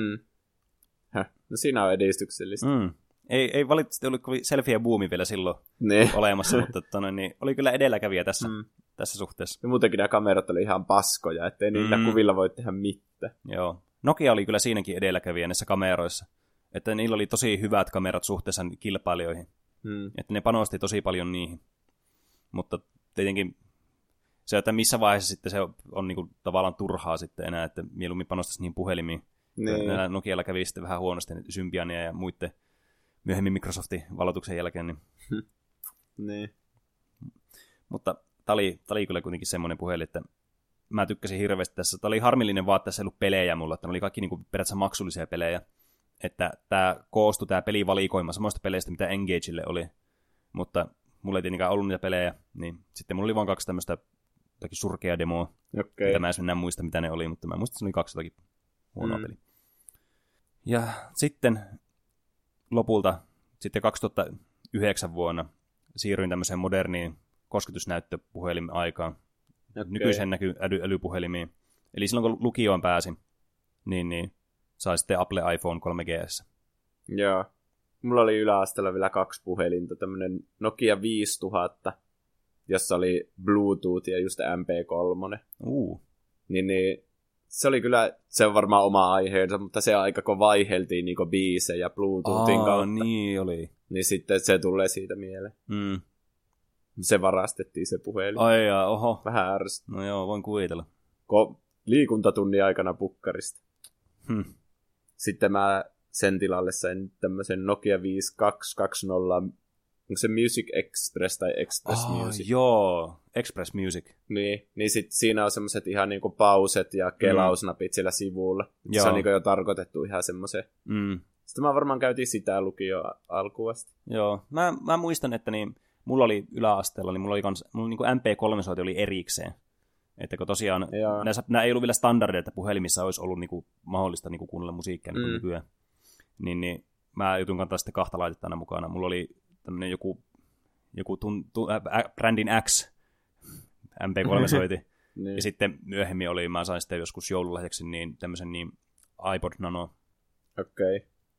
No siinä on edistyksellistä. Ei valitettavasti ollut kovin selfie-buumi vielä silloin olemassa, mutta niin, oli kyllä edelläkävijä tässä suhteessa. Ja muutenkin nämä kamerat oli ihan paskoja, ettei niillä kuvilla voi tehdä mitään. Joo. Nokia oli kyllä siinäkin edelläkävijä näissä kameroissa. Että niillä oli tosi hyvät kamerat suhteessa kilpailijoihin. Että ne panosti tosi paljon niihin. Mutta tietenkin se, että missä vaiheessa sitten se on niinku tavallaan turhaa sitten enää, että mieluummin panostaisi niin puhelimiin. Nokialla kävi sitten vähän huonosti Symbiania ja muiden myöhemmin Microsoftin valotuksen jälkeen. Niin. Mutta tämä oli kyllä kuitenkin semmoinen puhelin, että mä tykkäsin hirveästi tässä. Tämä oli harmillinen vaan, että tässä ei ollut pelejä mulla, että ne oli kaikki niinku periaatteessa maksullisia pelejä. Että tämä koostui, tämä pelivalikoima samoista peleistä, mitä Engageille oli. Mutta mulla ei tietenkään ollut niitä pelejä, niin sitten mulla oli vain 2 tämmöistä surkeaa demoa. Mitä mä en muista, mitä ne oli, mutta mä muistan, että se oli 2 jotakin huonoa peliä. Ja sitten lopulta, sitten 2009 vuonna, siirryin tämmöiseen moderniin kosketusnäyttöpuhelimen aikaan. Nykyisen näkyy älypuhelimiin. Eli silloin kun lukioon pääsin, niin sai sitten Apple iPhone 3GS. Joo. Mulla oli yläasteella vielä 2 puhelinta. Tämmönen Nokia 5000, jossa oli Bluetooth ja just MP3. Niin, se oli kyllä, se on varmaan oma aiheensa, mutta se aika kun vaiheltiin niin biisejä Bluetoothin kautta. Niin oli. Niin sitten se tulee siitä mieleen. Se varastettiin se puhelin. Ai ja, oho. Vähän ärsyt. No joo, voin kuvitella. Liikuntatunnin aikana pukkarista. Sitten mä sen tilalle sain tämmöisen Nokia 5220, onko se Music Express tai Express Music? Joo, Express Music. Niin sit siinä on semmoiset ihan niinku pauset ja kelausnapit siellä sivulla. Se on niinku jo tarkoitettu ihan semmoiseen Sitten mä varmaan käytiin sitä lukioa alkuun asti. Joo, mä muistan, että niin, mulla oli yläasteella, niin mulla niin kuin MP3-soiti oli erikseen. Että kun tosiaan, nämä ei ollut vielä standardeja, että puhelimissa olisi ollut niin kuin mahdollista niin kuin kuunnella musiikkia niin kuin nykyään. Niin mä jutun kantaa sitten 2 laitetta aina mukana. Mulla oli tämmöinen joku brändin X MP3-soiti. Niin. Ja sitten myöhemmin mä sain sitten joskus joululahjaksi niin tämmöisen niin iPod Nano. Okei.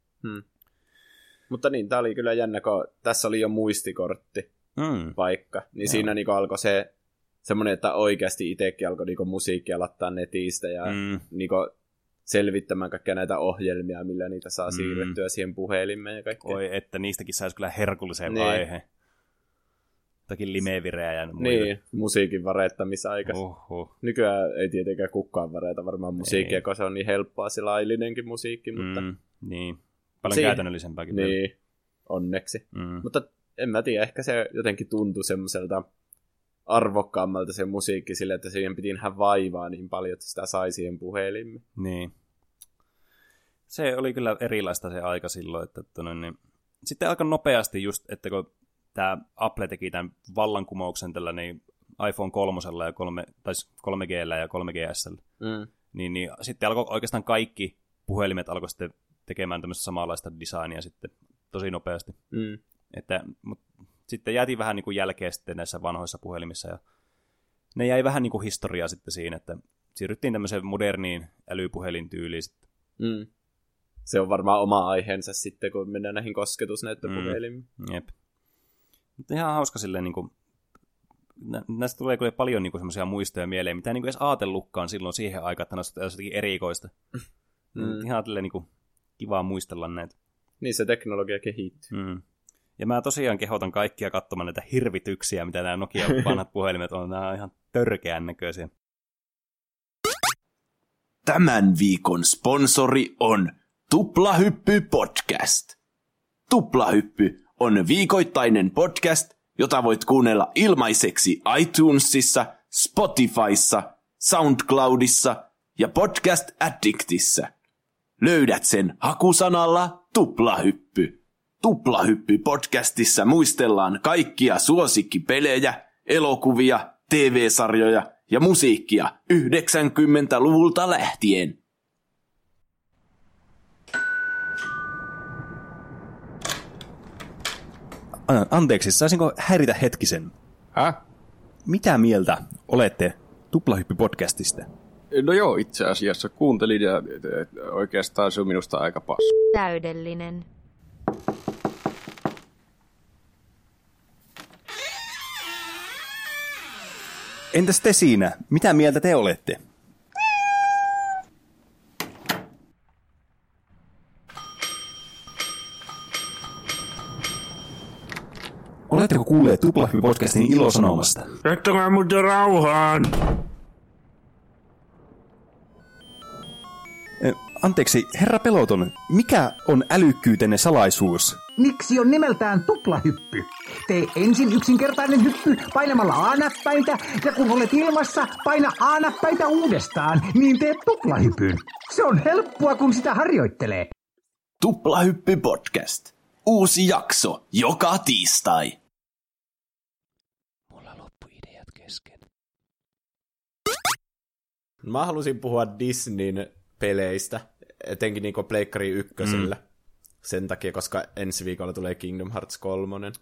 Mutta niin, tää oli kyllä jännä, kun tässä oli jo muistikortti paikka. Niin siinä niinku alkoi semmoinen, että oikeasti itsekin alkoi niinku musiikkia lattaa netistä ja niinku selvittämään kaikkia näitä ohjelmia, millä niitä saa siirrettyä siihen puhelimeen ja kaikkea. Oi, että niistäkin saisi kyllä herkulliseen vaihe. Jotakin limevireä ja muita. Niin, musiikin vareettamisaika. Nykyään ei tietenkään kukaan vareeta varmaan musiikkia, koska se on niin helppoa se laillinenkin musiikki, mutta... Niin, paljon käytännöllisempääkin. Niin, onneksi. Mutta en mä tiedä, ehkä se jotenkin tuntui semmoiselta arvokkaammalta se musiikki sille, että siihen piti nähdä vaivaa niin paljon, että sitä sai siihen puhelimeen. Niin. Se oli kyllä erilaista se aika silloin, että niin... Sitten aika nopeasti just, että kun tämä Apple teki tämän vallankumouksen tällä niin iPhone 3 ja 3G:llä ja 3GS:llä, niin sitten alkoi oikeastaan kaikki puhelimet alkoi sitten tekemään tämmöistä samanlaista designia sitten tosi nopeasti. Sitten jäätiin vähän niin kuin jälkeen sitten näissä vanhoissa puhelimissa ja ne jäi vähän niin kuin historiaa sitten siinä, että siirryttiin tämmöiseen moderniin älypuhelintyyliin sitten. Se on varmaan oma aiheensa sitten, kun mennään näihin kosketusnäyttöpuhelimiin. Jep. Mutta ihan hauska silleen, niin kuin, näistä tulee kyllä paljon niin semmoisia muistoja mieleen, mitä niin kuin edes ajatellutkaan silloin siihen aikaan, että ne olisi jotenkin erikoista. Ihan silleen, niin kuin, kivaa muistella näitä. Niin se teknologia kehittyy. Ja mä tosiaan kehotan kaikkia katsomaan näitä hirvityksiä, mitä nämä Nokia vanhat puhelimet on. Nämä on ihan törkeän näköisiä. Tämän viikon sponsori on Tuplahyppy Podcast. Tuplahyppy on viikoittainen podcast, jota voit kuunnella ilmaiseksi iTunesissa, Spotifyssa, SoundCloudissa ja Podcast Addictissa. Löydät sen hakusanalla Tuplahyppy. Tuplahyppy-podcastissa muistellaan kaikkia suosikkipelejä, elokuvia, TV-sarjoja ja musiikkia 90-luvulta lähtien. Anteeksi, saisinko häiritä hetkisen? Mitä mieltä olette Tuplahyppy-podcastista? No joo, itse asiassa kuuntelin ja oikeastaan se on minusta aika paska. Täydellinen. Entäs te siinä? Mitä mieltä te olette? Oletteko kuulleet Tuplahyppy-podcastin ilosanomasta? Jättäkää mut rauhaan! Anteeksi, herra Peloton, mikä on älykkyytenne salaisuus? Miksi on nimeltään tuplahyppy? Tee ensin yksinkertainen hyppy painamalla A-näppäintä, ja kun olet ilmassa, paina A-näppäintä uudestaan, niin teet tuplahypyn. Se on helppoa, kun sitä harjoittelee. Tuplahyppy Podcast. Uusi jakso joka tiistai. Mulla loppu ideat kesken. Mä halusin puhua Disneyn peleistä, etenkin niinku Pleikkari ykkösellä. Sen takia, koska ensi viikolla tulee Kingdom Hearts 3.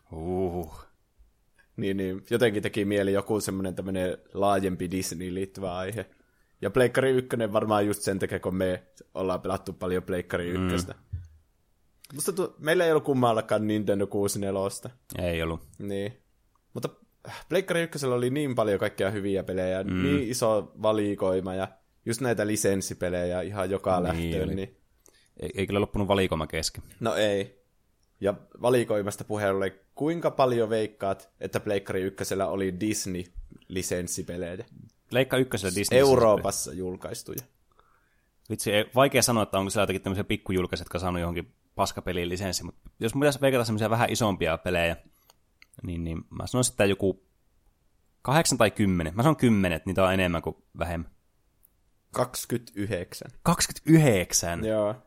Niin, jotenkin teki mieli joku semmoinen tämmöinen laajempi Disneyyn liittyvä aihe. Ja Pleikkari 1 varmaan just sen takia, kun me ollaan pelattu paljon Pleikkari 1. Musta meillä ei ollut kummallakaan Nintendo 64. Ei ollut. Niin. Mutta Pleikkari 1 oli niin paljon kaikkia hyviä pelejä, niin iso valikoima ja just näitä lisenssipelejä ihan joka lähtöön. Niin. Ei kyllä loppunut valikoima kesken. No ei. Ja valikoimasta puheen ollen, kuinka paljon veikkaat, että Pleikkari 1 oli Disney-lisenssipelejä? Pleikka 1 Disney Euroopassa julkaistuja. Vitsi, vaikea sanoa, että onko siellä jotakin tämmöisiä pikkujulkaiset, jotka on saanut johonkin paskapeliin lisenssi, mutta jos pitäisi veikata semmoisia vähän isompia pelejä, niin mä sanoisin, että joku 8 tai 10. Mä sanon 10, että niitä on enemmän kuin vähemmän. 29. 29? Joo.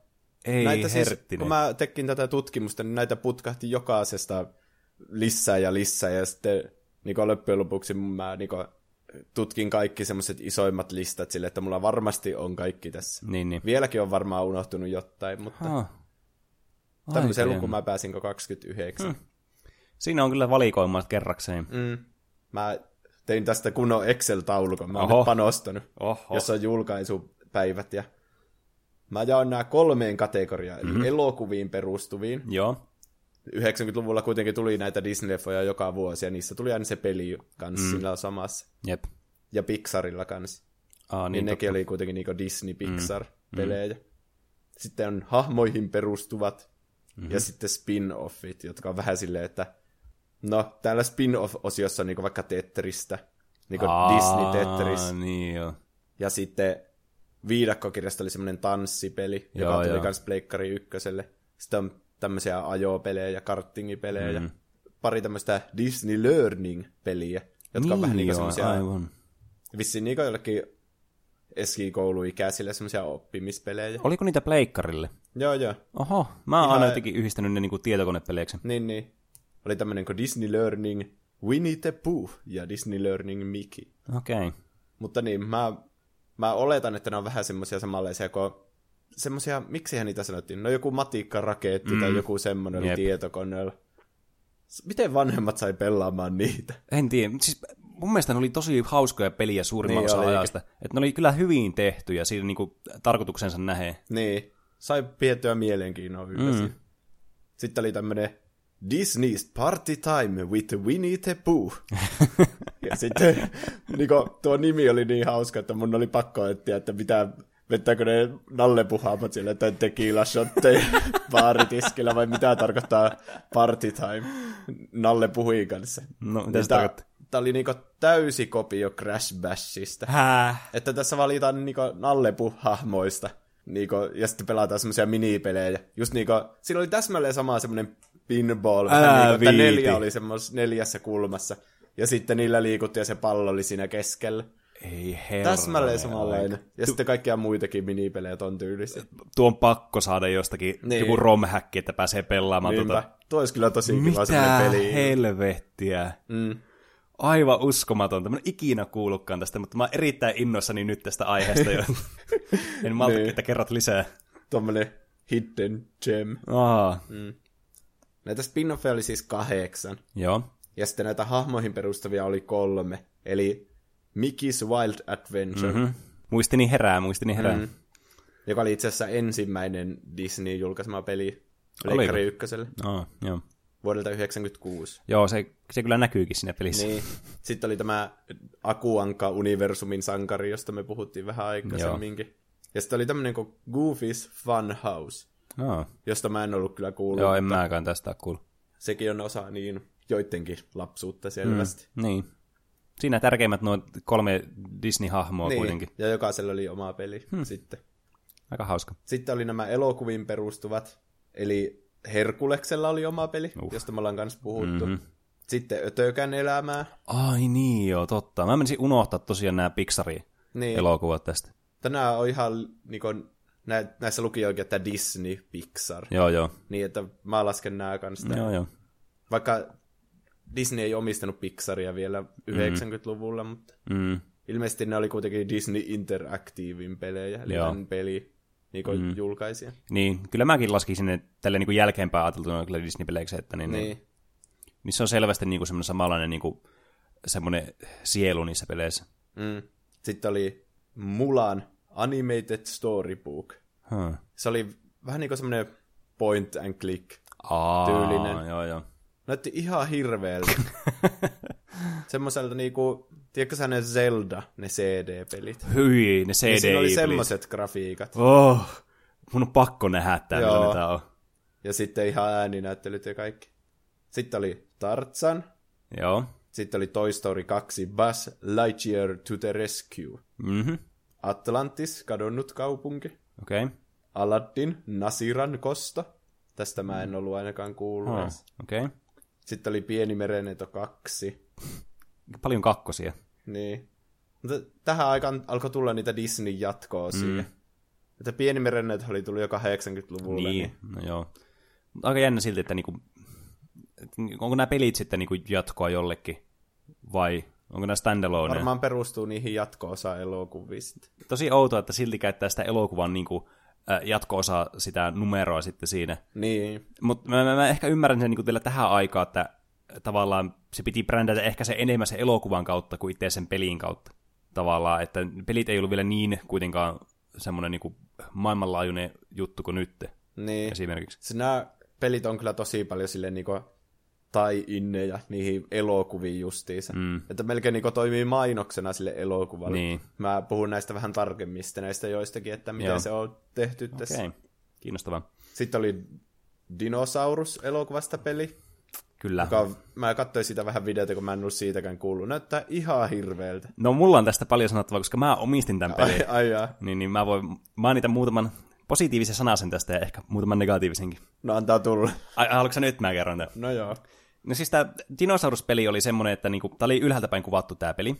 Ei näitä siis, herttinen. kun mä tekin tätä tutkimusta, niin näitä putkahti jokaisesta lisää ja sitten niin loppujen lopuksi mä niin tutkin kaikki semmoiset isoimmat listat sille, että mulla varmasti on kaikki tässä. Niin. Vieläkin on varmaan unohtunut jotain, mutta tämmöisen lukuun mä pääsin 29. Siinä on kyllä valikoimat kerrakseen. Mä tein tästä kunnon Excel-taulukon, mä oon nyt panostanut, jossa on julkaisupäivät. Ja mä jaoin nämä 3 kategoriaan, eli elokuviin perustuviin. Joo. 90-luvulla kuitenkin tuli näitä Disney-leffoja joka vuosi, ja niissä tuli aina se peli kanssa sillä samassa. Jep. Ja Pixarilla kanssa. Niin nekin oli kuitenkin niinku Disney-Pixar-pelejä. Sitten on hahmoihin perustuvat, ja sitten spin-offit, jotka on vähän silleen, että no, täällä spin-off-osiossa on niinku vaikka Tetristä, niinku Disney-Tetris. Niin joo. Ja sitten viidakkokirjasta oli semmoinen tanssipeli, joka tuli kans Pleikkari ykköselle. Sitten on tämmöisiä ajopelejä ja kartingipelejä ja pari tämmöistä Disney Learning-peliä, jotka on vähän niinku semmoisia vissiin niinku jollekin eskikouluikäisille semmoisia oppimispelejä. Oliko niitä Pleikkarille? Joo. Oho, mä oon aina jotenkin yhdistänyt ne niinku tietokonepeleiksi. Niin. Oli tämmöinen kuin Disney Learning Winnie the Pooh ja Disney Learning Mickey. Okei. Mutta niin, mä oletan, että ne on vähän semmoisia samanlaisia kuin semmoisia, miksihän niitä sanottiin? No joku matikkaraketti tai joku semmoinen oli tietokoneella. Miten vanhemmat sai pelaamaan niitä? En tiedä. Siis mun mielestä ne oli tosi hauskoja peliä suurimman osa ajasta. Että ne oli kyllä hyvin tehty ja siinä niinku tarkoituksensa nähee. Niin. Sai pidettyä mielenkiinnoa yhdessä. Sitten oli tämmönen Disney's Party Time with Winnie the Pooh. Ja sitten niinku, tuo nimi oli niin hauska, että mun oli pakko etsiä, että vettääkö ne nallepuhaamat siellä tai tequila-shotteja baaritiskillä vai mitä tarkoittaa party time nallepuhuin kanssa. No, mitä se tarkoittaa? Tämä oli niinku täysi kopio Crash Bashista. Että tässä valitaan niinku nallepuhahmoista niinku, ja sitten pelataan semmoisia minipelejä. Just niinku, siinä oli täsmälleen sama semmoinen pinball, niinku, että 4 oli semmoisessa 4 kulmassa. Ja sitten niillä liikuttiin ja se pallo oli siinä keskellä. Ei herra. Täsmälleen samanlainen. Ja sitten kaikkia muitakin minipelejä on tyylisiä. Tuo on pakko saada jostakin joku ROM-häkki, että pääsee pelaamaan. Tuo olisi kyllä tosi kiva semmoinen peli. Mitä helvettiä. Aivan uskomatonta. Mä en ikinä kuullutkaan tästä, mutta mä oon erittäin innoissani nyt tästä aiheesta. En malta, että kerrot lisää. Tuommoinen hidden gem. Näitä spin-offeja oli siis 8. Joo. Ja sitten näitä hahmoihin perustavia oli 3. Eli Mickey's Wild Adventure. Muistini herää. Joka oli itse asiassa ensimmäinen Disney julkaisema peli Pleikkari ykköselle. Joo. Vuodelta 1996. Joo, se kyllä näkyykin siinä pelissä. Niin. Sitten oli tämä Akuankka-universumin sankari, josta me puhuttiin vähän aikaisemminkin. Joo. Ja sitten oli tämmöinen kuin Goofy's Fun House, josta mä en ollut kyllä kuullut. Joo, en mäkään tästä kuullut. Sekin on osa niin joidenkin lapsuutta selvästi. Niin. Siinä tärkeimmät nuo 3 Disney-hahmoa kuitenkin. Ja jokaisella oli oma peli sitten. Aika hauska. Sitten oli nämä elokuviin perustuvat, eli Herkuleksella oli oma peli, josta me ollaan kanssa puhuttu. Sitten Ötökän elämää. Ai niin, joo, totta. Mä menisin unohtaa tosiaan nämä Pixarin elokuvat tästä. Tänään on ihan, niin kuin, näissä luki oikein, että Disney, Pixar. Joo. Niin, että mä lasken nämä kanssa. Joo. Vaikka Disney ei omistanut Pixaria vielä 90-luvulla, mutta ilmeisesti ne oli kuitenkin Disney Interactivein pelejä, eli tämän peli niin julkaisia. Niin, kyllä mäkin laskisin ne tälle niin jälkeenpäin ajateltuna kyllä Disney-peleiksi, että niin se on selvästi niin semmoinen samanlainen niin semmoinen sielu niissä peleissä. Sitten oli Mulan Animated Storybook. Se oli vähän niin kuin semmoinen point and click tyylinen. Joo. Näytti ihan hirveältä. Semmoiselta niinku, tiedätkö sä ne Zelda, ne CD-pelit? Hyi, ne CD-pelit. Siinä oli semmoiset grafiikat. Mun on pakko nähdä tää, mitä tää on. Ja sitten ihan ääninäyttelyt ja kaikki. Sitten oli Tarzan. Joo. Sitten oli Toy Story 2, Buzz Lightyear to the Rescue. Atlantis, kadonnut kaupunki. Okei. Aladdin, Nasiran kosto. Tästä mä en ollut ainakaan kuullut. Okei. Sitten oli Pieni merenneito 2. Paljon kakkosia. Niin. Mutta tähän aikaan alkoi tulla niitä Disney-jatko-osia. Että Pienimerennöt oli tullut jo 80-luvulla. Niin, no joo. Aika jännä silti, että niinku, onko nämä pelit sitten niinku jatkoa jollekin, vai onko nämä standalone? Varmaan perustuu niihin jatko-osa-elokuvista. Tosi outoa, että silti käyttää sitä elokuvan niinku, jatko-osa sitä numeroa sitten siinä. Niin. Mutta mä ehkä ymmärrän sen niinku vielä tähän aikaan, että tavallaan se piti brändätä ehkä se enemmän sen elokuvan kautta kuin itse sen pelin kautta. Tavallaan, että pelit ei ollut vielä niin kuitenkaan semmoinen niinku maailmanlaajuinen juttu kuin nyt. Niin. Esimerkiksi. Nämä pelit on kyllä tosi paljon silleen niinku tie-inneja niihin elokuviin justiinsa. Että melkein niinku toimii mainoksena sille elokuvalle. Niin. Mä puhun näistä vähän tarkemmin sitten näistä joistakin, että miten se on tehty tässä. Okei, kiinnostavaa. Sitten oli Dinosaurus-elokuvasta peli. Kyllä. Mä katsoin sitä vähän videota, kun mä en ollut siitäkään kuullut. Näyttää ihan hirveältä. No mulla on tästä paljon sanottavaa, koska mä omistin tämän pelin. Ai. Niin mä voin mainita muutaman positiivisen sanasen tästä ja ehkä muutaman negatiivisenkin. No antaa tulla. Haluatko sä nyt mä kerron tämän? No joo. No siis tää Dinosaurus-peli oli semmoinen, että niinku, tää oli ylhäältä päin kuvattu tää peli.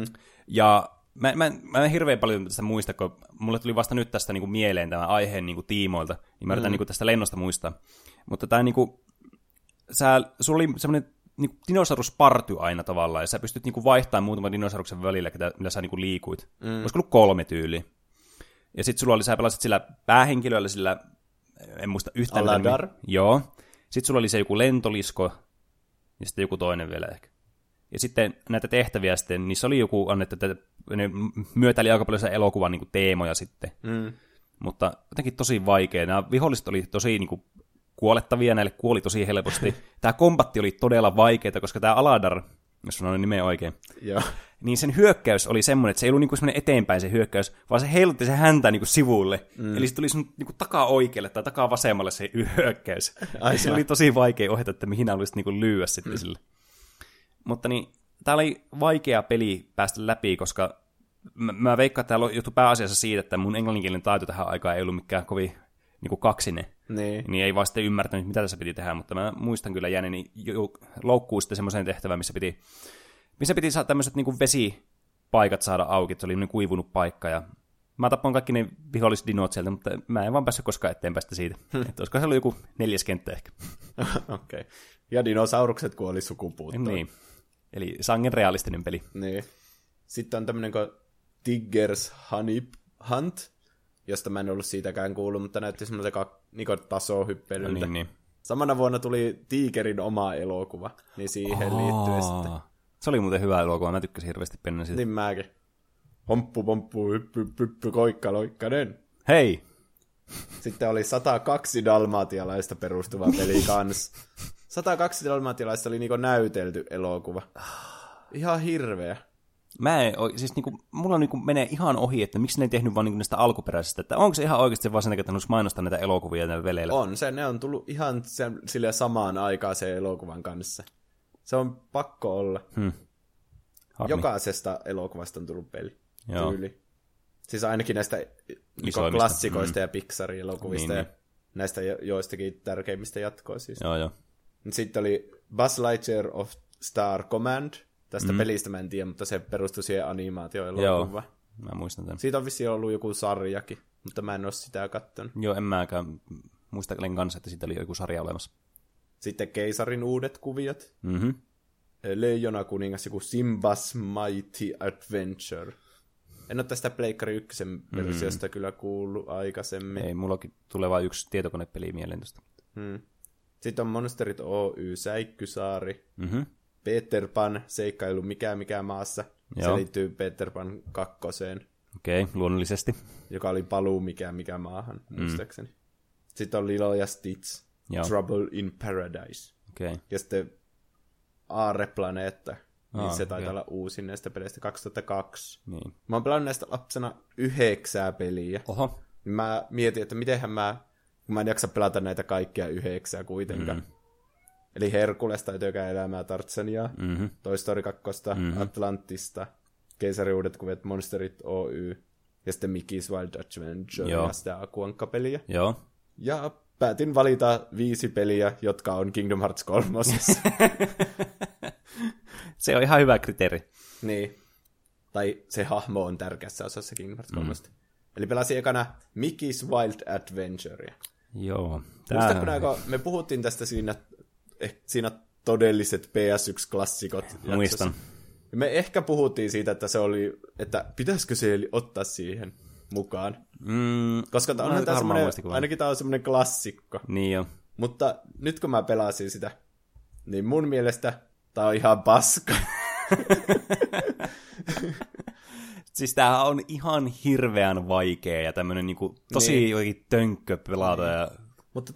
Ja mä en hirveän paljon tästä muista, kun mulle tuli vasta nyt tästä niinku mieleen tämän aiheen niinku tiimoilta. Niin mä yritän niinku tästä lennosta muistaa. Mutta tää niinku, sulla oli semmoinen niinku dinosaurusparty aina tavallaan, ja sä pystyt niinku vaihtamaan muutaman dinosauruksen välillä, millä sä niinku liikuit. Olisiko ollut 3 tyyliä. Ja sit sulla oli, sä pelasit sillä päähenkilöllä, sillä, en muista yhtään. Aladar. Joo. Sit sulla oli se joku lentolisko, ja sitten joku toinen vielä ehkä. Ja sitten näitä tehtäviä sitten, niissä oli joku annettu, että ne myötäili aika paljon elokuvan niinku teemoja sitten. Mutta jotenkin tosi vaikea. Nämä viholliset oli tosi niinku kuolettavia, näille kuoli tosi helposti. Tämä kombatti oli todella vaikeaa, koska tämä Aladar, jos sanon nimeä oikein, Joo. niin sen hyökkäys oli semmoinen, että se ei ollut niinku semmoinen eteenpäin se hyökkäys, vaan se heilutti se häntä niinku sivulle. Eli se tuli sun niinku takaa oikealle tai takaa vasemmalle se hyökkäys. Ja se oli tosi vaikea ohjata, että mihin haluaisit niinku lyödä sitten sille. Mutta niin, tää oli vaikea peli päästä läpi, koska mä veikkaan, että täällä johtui pääasiassa siitä, että mun englanninkielinen taito tähän aikaan ei ollut mikään kovin niinku kaksinen. Niin ei vaan sitten ymmärtänyt, mitä tässä piti tehdä, mutta mä muistan kyllä jääneeni loukkuun sitten semmoiseen tehtävään, missä piti saada tämmöiset niinku vesipaikat saada auki, että se oli kuivunut paikka, ja mä tappoin kaikki ne vihollisdinot sieltä, mutta mä en vaan päässyt koskaan eteenpäin siitä. Että olisiko se ollut joku 4. kenttä ehkä. Okei. Ja dinosaurukset kuoli sukupuuttoon. Niin. Eli sangen realistinen peli. Niin. Sitten on tämmönen kuin Tigger's Honey Hunt, josta mä en ollut siitäkään kuullut, mutta näytti semmoisen niinku tasohyppelyltä. Niin. Samana vuonna tuli Tigerin oma elokuva, niin siihen liittyen sitten. Se oli muuten hyvä elokuva, mä tykkäsin hirveästi pennen siitä. Niin mäkin. Pomppu, pomppu, hyppy, hyppy, koikka, loikkanen. Hei! Sitten oli 102 dalmatialaista perustuva peli kans. 102 dalmatialaista oli niinku näytelty elokuva. Ihan hirveä. Siis niinku, mulla niinku menee ihan ohi, että miksi ne ei tehnyt vaan niinku näistä alkuperäisistä, että onko se ihan oikeasti vaan sen takia, että ne mainostaa näitä elokuvia näillä veleillä? On, ne on tullut ihan sille samaan aikaan sen elokuvan kanssa. Se on pakko olla. Jokaisesta elokuvasta on tullut peli. Joo. Tyyli. Siis ainakin näistä klassikoista ja Pixarin elokuvista ja näistä joistakin tärkeimmistä jatkoa siis. Joo. Sitten oli Buzz Lightyear of Star Command. Tästä pelistä mä en tiedä, mutta se perustui siihen animaatioelokuvaan. Joo, mä muistan tämän. Siitä on vissiin ollut joku sarjakin, mutta mä en ole sitä katsonut. Joo, en mäkään. Muistelen kanssa, että siitä oli joku sarja olemassa. Sitten Keisarin uudet kuviot. Leijona kuningas, joku Simba's Mighty Adventure. En ole tästä Pleikkari 1 versiosta kyllä kuullut aikaisemmin. Ei, mullakin tulee vain yksi tietokonepeli mieleen tosta. Sitten on Monsterit Oy, Säikkysaari. Peter Pan, seikkailu mikä maassa. Se liittyy Peter Pan 2. Okei, luonnollisesti. Joka oli paluu mikä maahan, muistaakseni. Sitten on Lilo ja Stitch, Trouble in Paradise. Okay. Ja sitten Aarreplaneetta, niin se taitaa olla uusin näistä peleistä 2002. Niin. Mä oon pelannut näistä lapsena 9 peliä. Oho. Mä mietin, että mitenhän kun mä en jaksa pelata näitä kaikkia 9 kuitenkaan. Eli Herkulesta, joka elämää Tarzania, Toy Story 2, Atlantista, Keisarin uudet kuviot, Monsterit Oy, ja sitten Mickey's Wild Adventure ja sitä Akuankka-peliä. Joo. Ja päätin valita 5 peliä, jotka on Kingdom Hearts 3. Se on ihan hyvä kriteeri. Niin. Tai se hahmo on tärkeässä osassa Kingdom Hearts 3. Eli pelasin ekana Mickey's Wild Adventurea. Joo. Muistatko, me puhuttiin tästä siinä todelliset PS1-klassikot. Muistan. Me ehkä puhuttiin siitä, että se oli, että pitäisikö se ottaa siihen mukaan. Koska onhan tämä ainakin tämä on semmoinen klassikko. Niin jo. Mutta nyt kun mä pelasin sitä, niin mun mielestä tää on ihan paska. Siis tämähän on ihan hirveän vaikea ja tämmönen niinku tosi jokin tönkkö pelata. Niin. Ja... Mutta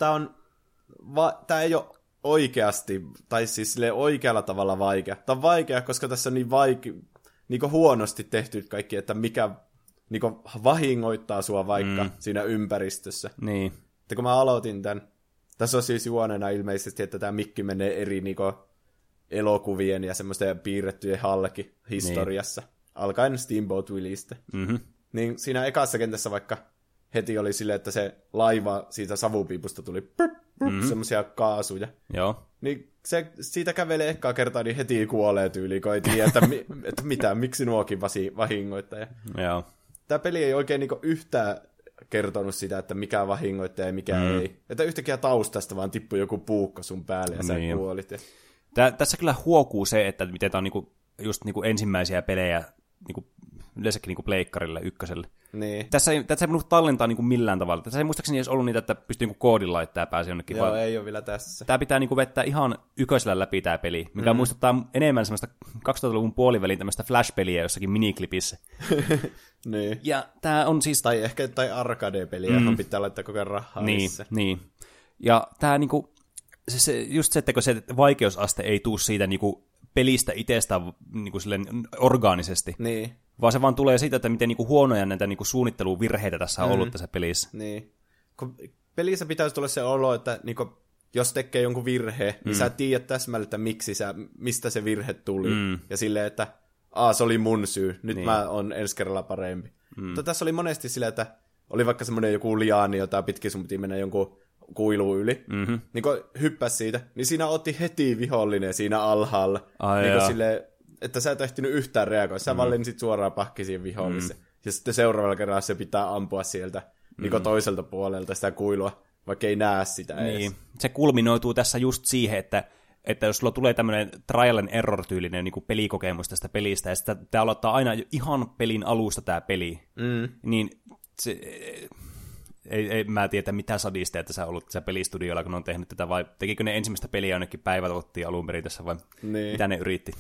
tää ei ole oikeasti, tai siis oikealla tavalla vaikea. Tää on vaikea, koska tässä on niin huonosti tehty kaikki, että mikä niinku vahingoittaa sua vaikka siinä ympäristössä. Niin. Että kun mä aloitin tän, tässä on siis juonena ilmeisesti, että tämä Mikki menee eri niinku elokuvien ja semmoisten piirrettyjen halki historiassa. Niin. Alkaen Steamboat Willistä. Mm-hmm. Niin siinä ekassa kentässä vaikka heti oli silleen, että se laiva siitä savupiipusta tuli semmoisia kaasuja. Joo. Niin se siitä kävelee ekkaa kertaa, niin heti kuolee tyyliin, kun ei tiedä, että miksi nuokin vahingoittaa. Joo. Tämä peli ei oikein niinku yhtään kertonut sitä, että mikä vahingoittaa ja mikä ei. Että yhtäkkiä taustasta vaan tippui joku puukko sun päälle ja sä kuolit. Tässä kyllä huokuu se, että miten tämä on niinku, just niinku ensimmäisiä pelejä niinku, yleensäkin niinku pleikkarille, ykköselle. Niin. Tässä ei voinut tallentaa niinku millään tavalla. Tässä ei muistaakseni edes ollut niitä, että pystyy niinku koodin laittaa ja pääsi jonnekin. Joo, ei ole vielä tässä. Tämä pitää niinku vettää ihan ykkösellä läpi tämä peli, mikä muistuttaa enemmän semmoista 2000-luvun puolivälin tämmöistä Flash-peliä jossakin miniklipissä. Niin. Ja tämä on siis... Tai ehkä arcade-peliä, johon pitää laittaa koko ajan rahaa missä. Niin. Ja tämä niinku... just se, että kun se vaikeusaste ei tule siitä niinku pelistä itsestään niinku silleen orgaanisesti, niin. Vaan se vaan tulee siitä, että miten niinku huonoja näitä niinku suunnitteluvirheitä tässä on ollut tässä pelissä. Niin. Kun pelissä pitäisi tulla se olo, että niinku, jos tekee jonkun virheen, niin sä tiedät täsmälleen, että mistä se virhe tuli. Ja silleen, että se oli mun syy, nyt mä oon ensi kerralla parempi. Mutta tässä oli monesti silleen, että oli vaikka semmoinen joku liaani, jota pitkin sun piti mennä jonkun kuiluun yli, niin kun hyppäsi siitä, niin siinä otti heti vihollinen siinä alhaalla. Niin silleen, että sä et ehtinyt yhtään reagoida. Sä vaan lensit suoraan pahki siihen viholliseen. Ja sitten seuraavalla kerralla se pitää ampua sieltä niin toiselta puolelta sitä kuilua, vaikka ei näe sitä edes. Se kulminoituu tässä just siihen, että jos sulla tulee tämmöinen trial and error-tyylinen niin kuin pelikokemus tästä pelistä, ja sitten tämä aloittaa aina ihan pelin alusta tämä peli, niin se... Ei mä tiedä, mitä sadisteja tässä on ollut tässä pelistudioilla, kun on tehnyt tätä, vai tekikö ne ensimmäistä peliä jonnekin päivätottiin alun perin tässä, vai mitä ne yritti?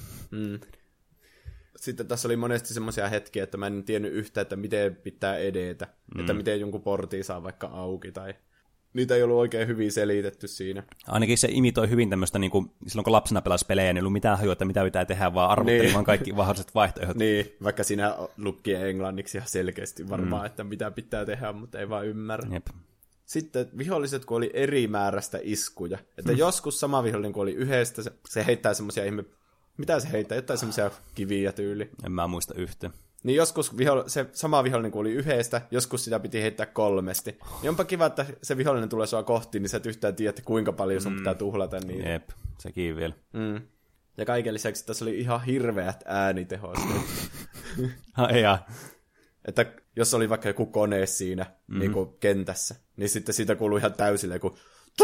Sitten tässä oli monesti semmoisia hetkiä, että mä en tiennyt yhtään, että miten pitää edetä, että miten jonkun portin saa vaikka auki, tai niitä ei ollut oikein hyvin selitetty siinä. Ainakin se imitoi hyvin tämmöistä, niin kuin silloin kun lapsena pelasi pelejä, niin ei ollut mitään hajua, että mitä pitää tehdä, vaan arvotteli vaan kaikki mahdolliset vaihtoehdot. Niin, vaikka siinä lukee englanniksi ihan selkeästi varmaan, että mitä pitää tehdä, mutta ei vaan ymmärrä. Jep. Sitten viholliset, kun oli eri määrästä iskuja. Että joskus sama vihollinen, kun oli yhdestä, se heittää semmoisia mitä se heittää? Jotain semmoisia kiviä tyyli. En mä muista yhtään. Niin joskus se sama vihollinen, kun oli yhdestä, joskus sitä piti heittää 3. Niin onpa kiva, että se vihollinen tulee sua kohti, niin sä et yhtään tiedä, kuinka paljon sun pitää tuhlata niitä. Jep, sekin vielä. Ja kaiken lisäksi tässä oli ihan hirveät äänitehot. Että jos oli vaikka joku kone siinä niin kuin kentässä, niin sitten siitä kuului ihan täysille joku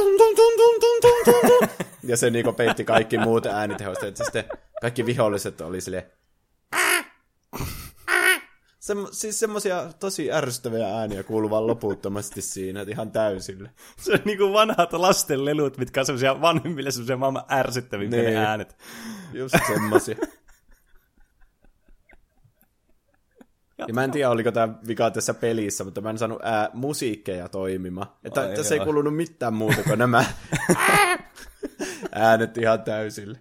ja se niin kuin peitti kaikki muut äänitehosta. Että sitten kaikki viholliset oli silleen siis semmosia tosi ärsyttäviä ääniä kuuluvan loputtomasti siinä, että ihan täysille. Se on niinku vanhat lasten lelut, mitkä on semmosia vanhemmille semmosia maailman ärsyttävimpiä ne äänet. Just semmosia. Ja mä en tiedä, oliko tää vika tässä pelissä, mutta mä en saanut musiikkeja toimimaan. Että tässä ei kuulunut mitään muuta kuin nämä äänet ihan täysille.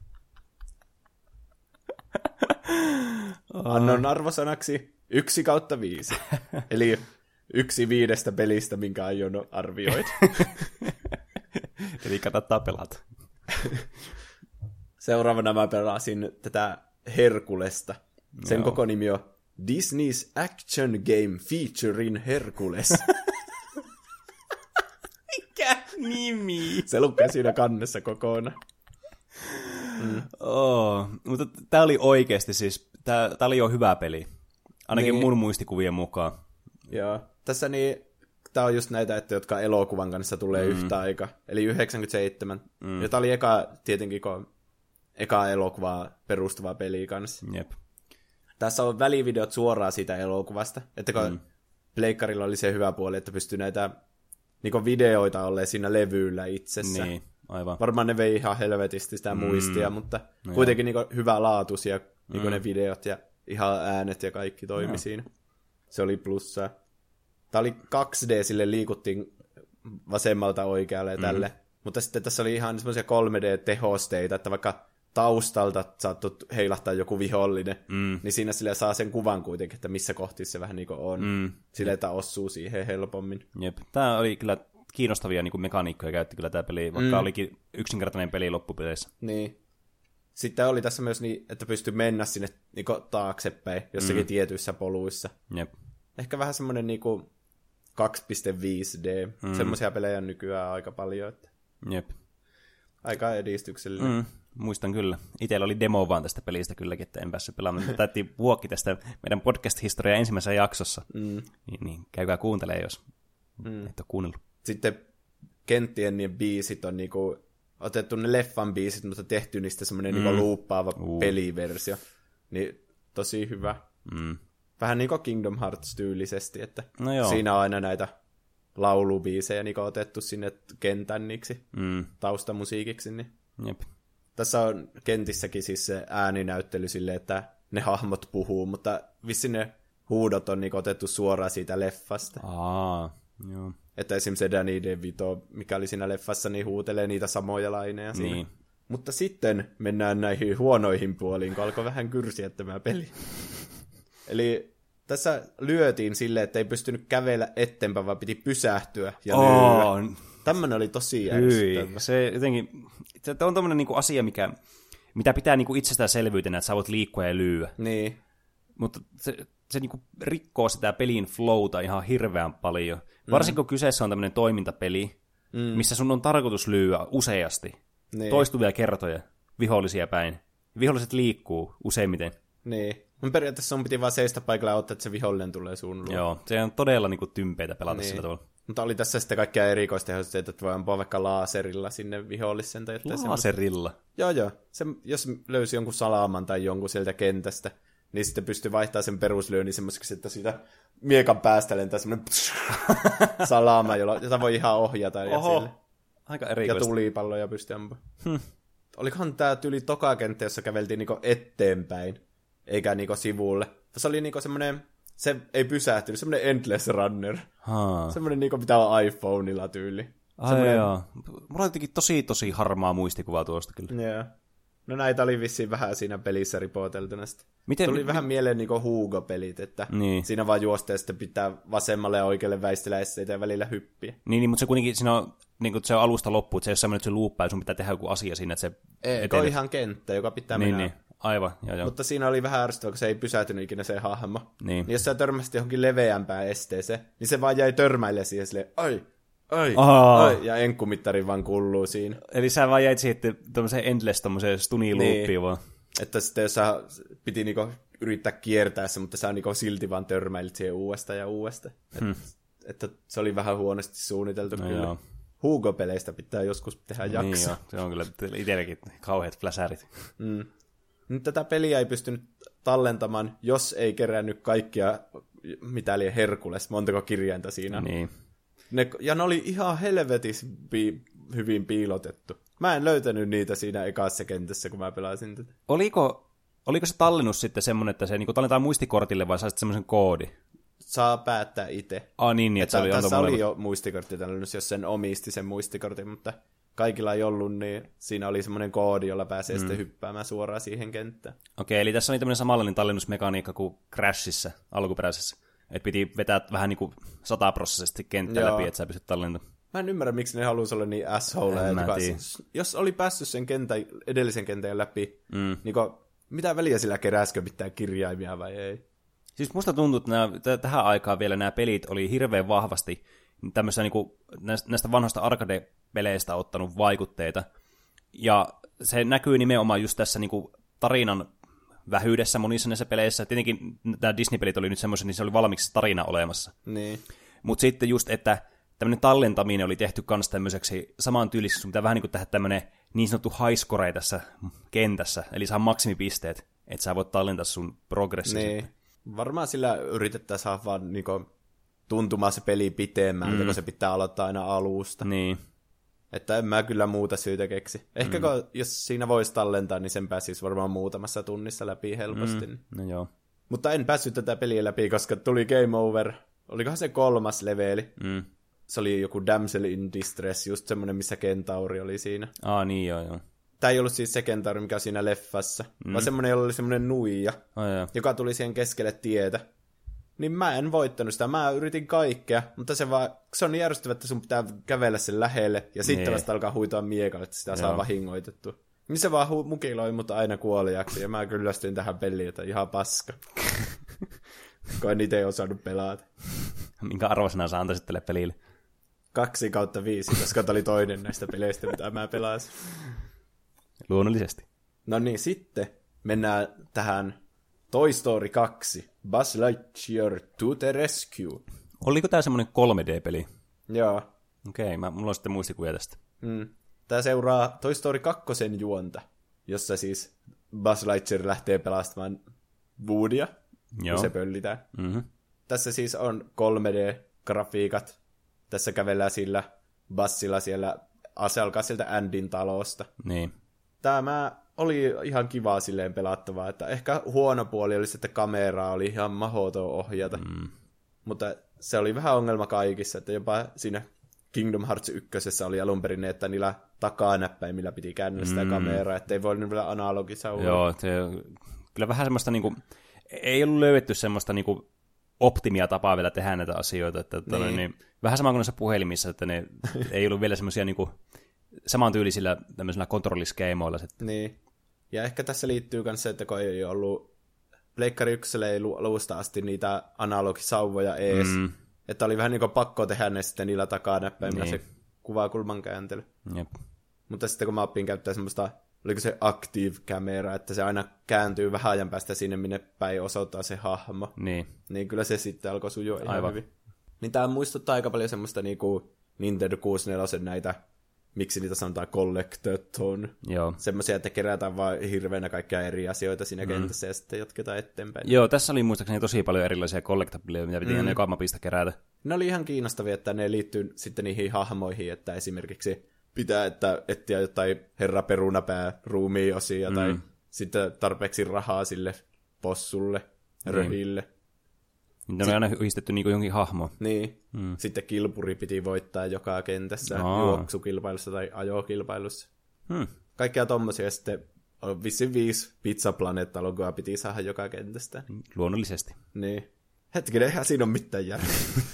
Annon arvosanaksi 1/5. Eli 1/5 pelistä, minkä aion arvioida. Eli kannattaa pelata. Seuraavana mä pelasin tätä Herkulesta. Sen koko nimi on Disney's Action Game Featuring Hercules. Mikä nimi? Se lukee siinä kannessa kokonaan. Mutta tää oli oikeesti siis, tää oli jo hyvä peli. Ainakin mun muistikuvien mukaan. Joo. Tässä niin, tää on just näitä, että jotka elokuvan kanssa tulee yhtä aikaa. Eli 97. Ja tää oli tietenkin eka elokuvaa perustuva peli kanssa. Jep. Tässä on välivideot suoraan siitä elokuvasta. Että kun pleikkarilla oli se hyvä puoli, että pystyy näitä niin videoita olleen siinä levyllä itsessä. Niin, aivan. Varmaan ne vei ihan helvetisti sitä muistia, mutta kuitenkin niin hyvä laatuisia niin ne videot ja ihan äänet ja kaikki toimi siinä. Se oli plussaa. Tää oli 2D, sille liikuttiin vasemmalta oikealle ja tälle. Mutta sitten tässä oli ihan semmoisia 3D-tehosteita, että vaikka taustalta saattoi heilahtaa joku vihollinen, niin siinä sille saa sen kuvan kuitenkin, että missä kohti se vähän niin kuin on. Sille, että osuu siihen helpommin. Jep. Tää oli kyllä kiinnostavia niin kuin mekaniikkoja käytti kyllä tää peli, vaikka olikin yksinkertainen peli loppupeleissä. Niin. Sitten oli tässä myös niin, että pystyi mennä sinne niin taaksepäin jossakin tietyissä poluissa. Jep. Ehkä vähän semmoinen niin 2.5D. Semmoisia pelejä on nykyään aika paljon. Että Jep. aika edistyksellinen. Muistan kyllä. Itsellä oli demo vaan tästä pelistä kylläkin, että en päässyt pelaamaan. Me taittiin vuokki tästä meidän podcast-historiaa ensimmäisessä jaksossa. Niin käykää kuuntelemaan, jos et ole kuunnellut. Sitten kenttien niin biisit on niinku otettu ne leffan biisit, mutta tehty niistä semmoinen niinku luuppaava peliversio. Niin tosi hyvä. Vähän niinku Kingdom Hearts-tyylisesti, että siinä on aina näitä laulubiisejä niinku otettu sinne kentänniksi, taustamusiikiksi. Niin. Jep. Tässä on kentissäkin siis se ääninäyttely silleen, että ne hahmot puhuu, mutta vissiin ne huudot on niinku otettu suoraan siitä leffasta. Joo. Että esimerkiksi se Danny DeVito, mikä oli siinä leffassa, niin huutelee niitä samoja laineja siinä. Niin. Mutta sitten mennään näihin huonoihin puoliin, kun alkoi vähän kyrsiä tämä peli. Eli tässä lyötiin silleen, että ei pystynyt kävellä eteenpäin, vaan piti pysähtyä ja lyödä. Tämmöinen oli tosi järjestelmä. Se jotenkin, se on tommoinen niinku asia, mitä pitää niinku itsestäänselvyytenä, että sä voit liikkua ja lyödä. Niin. Mutta se niinku rikkoo sitä pelin flowta ihan hirveän paljon. Varsinkin kun kyseessä on tämmöinen toimintapeli, missä sun on tarkoitus lyödä useasti, toistuvia kertoja, vihollisia päin. Viholliset liikkuu useimmiten. Niin. Periaatteessa sun piti vaan seistä paikalla ja ottaa, että se vihollinen tulee sun luo. Joo, se on todella niinku tympeitä pelata sillä tavalla. Mutta oli tässä sitten kaikkia erikoistehosteita, että voi ampua vaikka laaserilla sinne vihollisen. Tai laaserilla? Joo. Jos löysi jonkun salaman tai jonkun sieltä kentästä, niin sitten pystyi vaihtamaan sen peruslyönnin semmoiseksi, että siitä miekan päästä lentää semmoinen salama, jota voi ihan ohjata. Oho, aika erikoista. Ja tulipalloja pystyi ampumaan. Olikohan tämä tyyli toka kenttä, jossa käveltiin niinku eteenpäin, eikä niinku sivulle. Se oli niinku semmoinen, se ei pysähtynyt, semmoinen endless runner. Semmoinen niinku mitä on iPhoneilla tyyli. Joo. Mulla on jotenkin tosi harmaa muistikuva tuosta kyllä. Joo. No näitä oli vissiin vähän siinä pelissä ripoteltuna. Tuli vähän mieleen niinku Hugo-pelit, että siinä vaan juosteen sitten pitää vasemmalle ja oikealle väistellä esteitä ja välillä hyppiä. Niin, mutta se kuitenkin siinä on, niin se on alusta loppuun, että se ei ole semmoinen, että se luuppaa ja sun pitää tehdä joku asia siinä, että se etenee. On ihan kenttä, joka pitää mennä. Niin. Aivan, joo. Mutta siinä oli vähän ärsyttävää, kun se ei pysähtynyt ikinä se hahmo. Niin. Jos sä törmäsit johonkin leveämpään esteeseen, niin se vaan jäi törmäille siihen silleen, ai, ja enkkumittari vaan kulluu siinä. Eli sä vaan jäit sitten tommoseen endless tommoseen stuniluuppiin vaan. Että sitten jos sä piti niinku yrittää kiertää se, mutta sä niinku silti vaan törmäilit siihen uudestaan ja uudestaan. Että se oli vähän huonosti suunniteltu kyllä. Joo. Hugo-peleistä pitää joskus tehdä jakso. Niin joo, se on kyllä itselläkin kauheat fläsärit. Nyt tätä peliä ei pystynyt tallentamaan, jos ei kerännyt kaikkia, mitä oli Herkules, montako kirjainta siinä. Niin. Ne oli ihan helvetis hyvin piilotettu. Mä en löytänyt niitä siinä ekassa kentässä, kun mä pelasin tätä. Oliko se tallennus sitten semmoinen, että se niinku tallentaa muistikortille vai saisit semmoisen koodi? Saa päättää itse. Niin, että se oli tässä oli jo muistikorttitallennus, jos sen omisti sen muistikortin, mutta kaikilla ei ollut, niin siinä oli semmoinen koodi, jolla pääsee sitten hyppäämään suoraan siihen kenttään. Okei, eli tässä oli tämmöinen samanlainen tallennusmekaniikka kuin Crashissa, alkuperäisessä. Että piti vetää vähän niin kuin 100% kenttä läpi, että sä pystyt tallentamaan. Mä en ymmärrä, miksi ne haluaisi olla niin assholeja. Jos oli päässyt sen edellisen kentän läpi, niin mitä väliä sillä keräskö pitää kirjaimia vai ei? Siis musta tuntuu, että tähän aikaan vielä nämä pelit oli hirveän vahvasti tämmöisiä niinku, näistä vanhoista arcade-peleistä ottanut vaikutteita. Ja se näkyy nimenomaan just tässä niinku tarinan vähyydessä monissa näissä peleissä. Tietenkin nämä Disney-pelit oli nyt semmoisia, niin se oli valmiiksi tarina olemassa. Niin. Mutta sitten just, että tämmöinen tallentaminen oli tehty myös tämmöiseksi samaan tyyliseksi, sun pitää vähän niin kuin tehdä tämmöinen niin sanottu high score tässä kentässä, eli saa maksimipisteet, että sä voit tallentaa sun progressia. Niin. Varmaan sillä yritetään saada vaan niinku tuntumaan se peli pitemmältä, kun se pitää aloittaa aina alusta. Niin. Että en mä kyllä muuta syytä keksi. Ehkä jos siinä voisi tallentaa, niin sen pääsisi varmaan muutamassa tunnissa läpi helposti. No joo. Mutta en päässyt tätä peliä läpi, koska tuli game over. Olikohan se 3. leveli? Se oli joku Damsel in Distress, just semmoinen, missä kentauri oli siinä. Niin joo. Tämä ei ollut siis se kentauri, mikä on siinä leffassa, vaan semmoinen, jolla oli semmoinen nuija, joka tuli siihen keskelle tietä. Niin mä en voittanut sitä, mä yritin kaikkea, mutta se on niin järjestävä, että sun pitää kävellä sen lähelle, ja sitten vasta alkaa huitoa miekalla, että sitä saa vahingoitettua. Niin se vaan mukiloi mut aina kuoliaksi, ja mä kyllästyin tähän peliin, että ihan paska. Kun en itse osannut pelata. Minkä arvosana sä antaisit tälle pelille? 2/5, koska tämä oli toinen näistä peleistä, mitä mä pelasin. Luonnollisesti. No niin, sitten mennään tähän Toy Story 2, Buzz Lightyear to the Rescue. Oliko tää semmoinen 3D-peli? Joo. Okei, mulla on sitten muistikuvia tästä. Tää seuraa Toy Story 2 juonta, jossa siis Buzz Lightyear lähtee pelastamaan Woodya, kun se pöllitään. Tässä siis on 3D-grafiikat. Tässä kävellään sillä Buzzilla siellä, se alkaa sieltä Andyn talosta. Niin. Tämä oli ihan kivaa silleen pelattavaa, että ehkä huono puoli oli, että kameraa oli ihan mahdoton ohjata. Mutta se oli vähän ongelma kaikissa, että jopa siinä Kingdom Hearts 1 oli alun perin, että niillä takanäppäimillä piti käännellä sitä kameraa, ettei voinut vielä analogisauva. Joo, kyllä vähän semmoista niinku, ei ollut löydetty semmoista niinku optimia tapaa vielä tehdä näitä asioita, että niin, vähän sama kuin näissä puhelimissa, että ne ei ollut vielä semmoisia niinku samantyylisillä tämmöisillä kontrolliskeimoilla. Niin, ja ehkä tässä liittyy myös se, että kun ei ollut Pleikkari 1 ei alusta asti niitä analogisauvoja ees, että oli vähän niin kuin pakko tehdä ne sitten niillä takanäppäimillä se kuvakulman kääntely. Jep. Mutta sitten kun mä opin käyttää semmoista, oliko se active camera, että se aina kääntyy vähän ajan päästä sinne, minne päin osoittaa se hahmo. Niin kyllä se sitten alkoi sujua ihan hyvin. Niin tää muistuttaa aika paljon semmoista niinku Nintendo 64 näitä, miksi niitä sanotaan collectathon. Semmoisia, että kerätään vaan hirveänä kaikkia eri asioita siinä kentässä ja sitten jatketaan eteenpäin. Joo, tässä oli muistaakseni tosi paljon erilaisia collectableja, mitä piti joka mapista kerätä. Ne oli ihan kiinnostavia, että ne liittyy sitten niihin hahmoihin, että esimerkiksi pitää etsiä jotain herra perunapää ruumiosia tai sitten tarpeeksi rahaa sille possulle, röhille. Ne on aina yhdistetty niin kuin jonkin hahmoon. Niin. Sitten kilpuri piti voittaa joka kentässä, juoksukilpailussa tai ajokilpailussa. Kaikkea tommosia. Sitten on vissiin 5 pizzaplaneetta-logoa piti saada joka kentästä. Luonnollisesti. Niin. Hetkinen, eihän siinä ole mitään järkeä.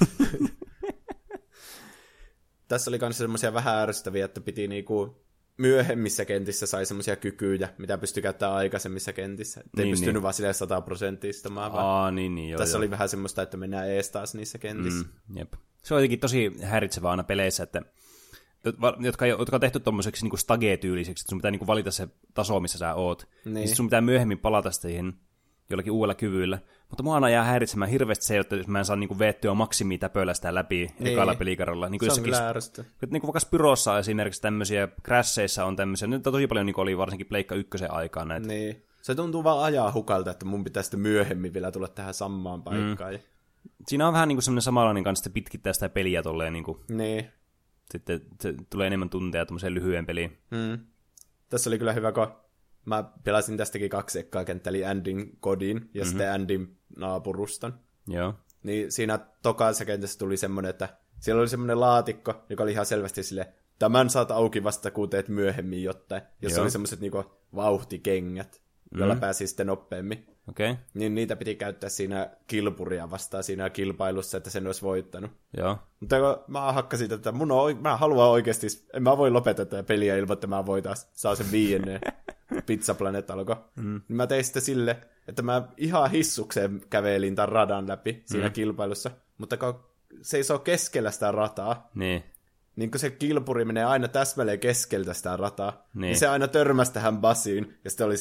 Tässä oli myös semmoisia vähän ärsyttäviä, että piti niinku myöhemmissä kentissä sai semmoisia kykyjä, mitä pystyi käyttämään aikaisemmissa kentissä. Ei pystynyt vaan silleen 100%. Niin, tässä oli vähän semmoista, että mennään ees taas niissä kentissä. Jep. Se on jotenkin tosi häiritsevää aina peleissä, että jotka on tehty tommoiseksi niin stage-tyyliseksi, että sun pitää niin valita se taso, missä sä oot. Niin sun pitää myöhemmin palata siihen jollakin uudella kyvyllä. Mutta mua aina jää häiritsemään hirveästi se, että jos mä en saa niin veettyä maksimia täpöllä läpi ekalla pelikerralla. Niin se on kyllä ärsyttä. Niin vaikka Spyrossa esimerkiksi tämmöisiä, Crasheissa on tämmöisiä, nyt tosi paljon niin oli varsinkin Pleikka 1 aikaan näitä. Niin. Se tuntuu vaan ajaa hukalta, että mun pitää sitten myöhemmin vielä tulla tähän samaan paikkaan. Siinä on vähän niin kuin semmoinen samanlainen kanssa, että pitkittää sitä peliä tolleen niin kuin. Niin. Sitten se tulee enemmän tunteja tommoseen lyhyen peliin. Tässä oli kyllä hyvä, kun mä pelasin tästäkin 2 ekkaa kenttää, eli Andyn kodin ja sitten Andyn naapuruston. Joo. Niin siinä tokaisessa kentässä tuli semmoinen, että siellä oli semmoinen laatikko, joka oli ihan selvästi silleen, tämän saat auki vasta, kun teet myöhemmin jotain. Jossa oli semmoiset niinku vauhtikengät, joilla pääsi sitten nopeammin. Okay. Niin niitä piti käyttää siinä kilpuria vastaan siinä kilpailussa, että sen olisi voittanut. Joo. Mutta mä hakkasin, että mä haluan oikeasti, en mä voi lopettaa tätä peliä ilman, että mä voin taas saa sen 5. Pizza-planeetta alkoi. Niin mä tein sitten sille, että mä ihan hissukseen kävelin tämän radan läpi siinä kilpailussa, mutta kun seisoo keskellä sitä rataa, niin kun se kilpuri menee aina täsmälleen keskeltä sitä rataa, niin se aina törmäsi tähän Buzziin, ja sitten oli sille,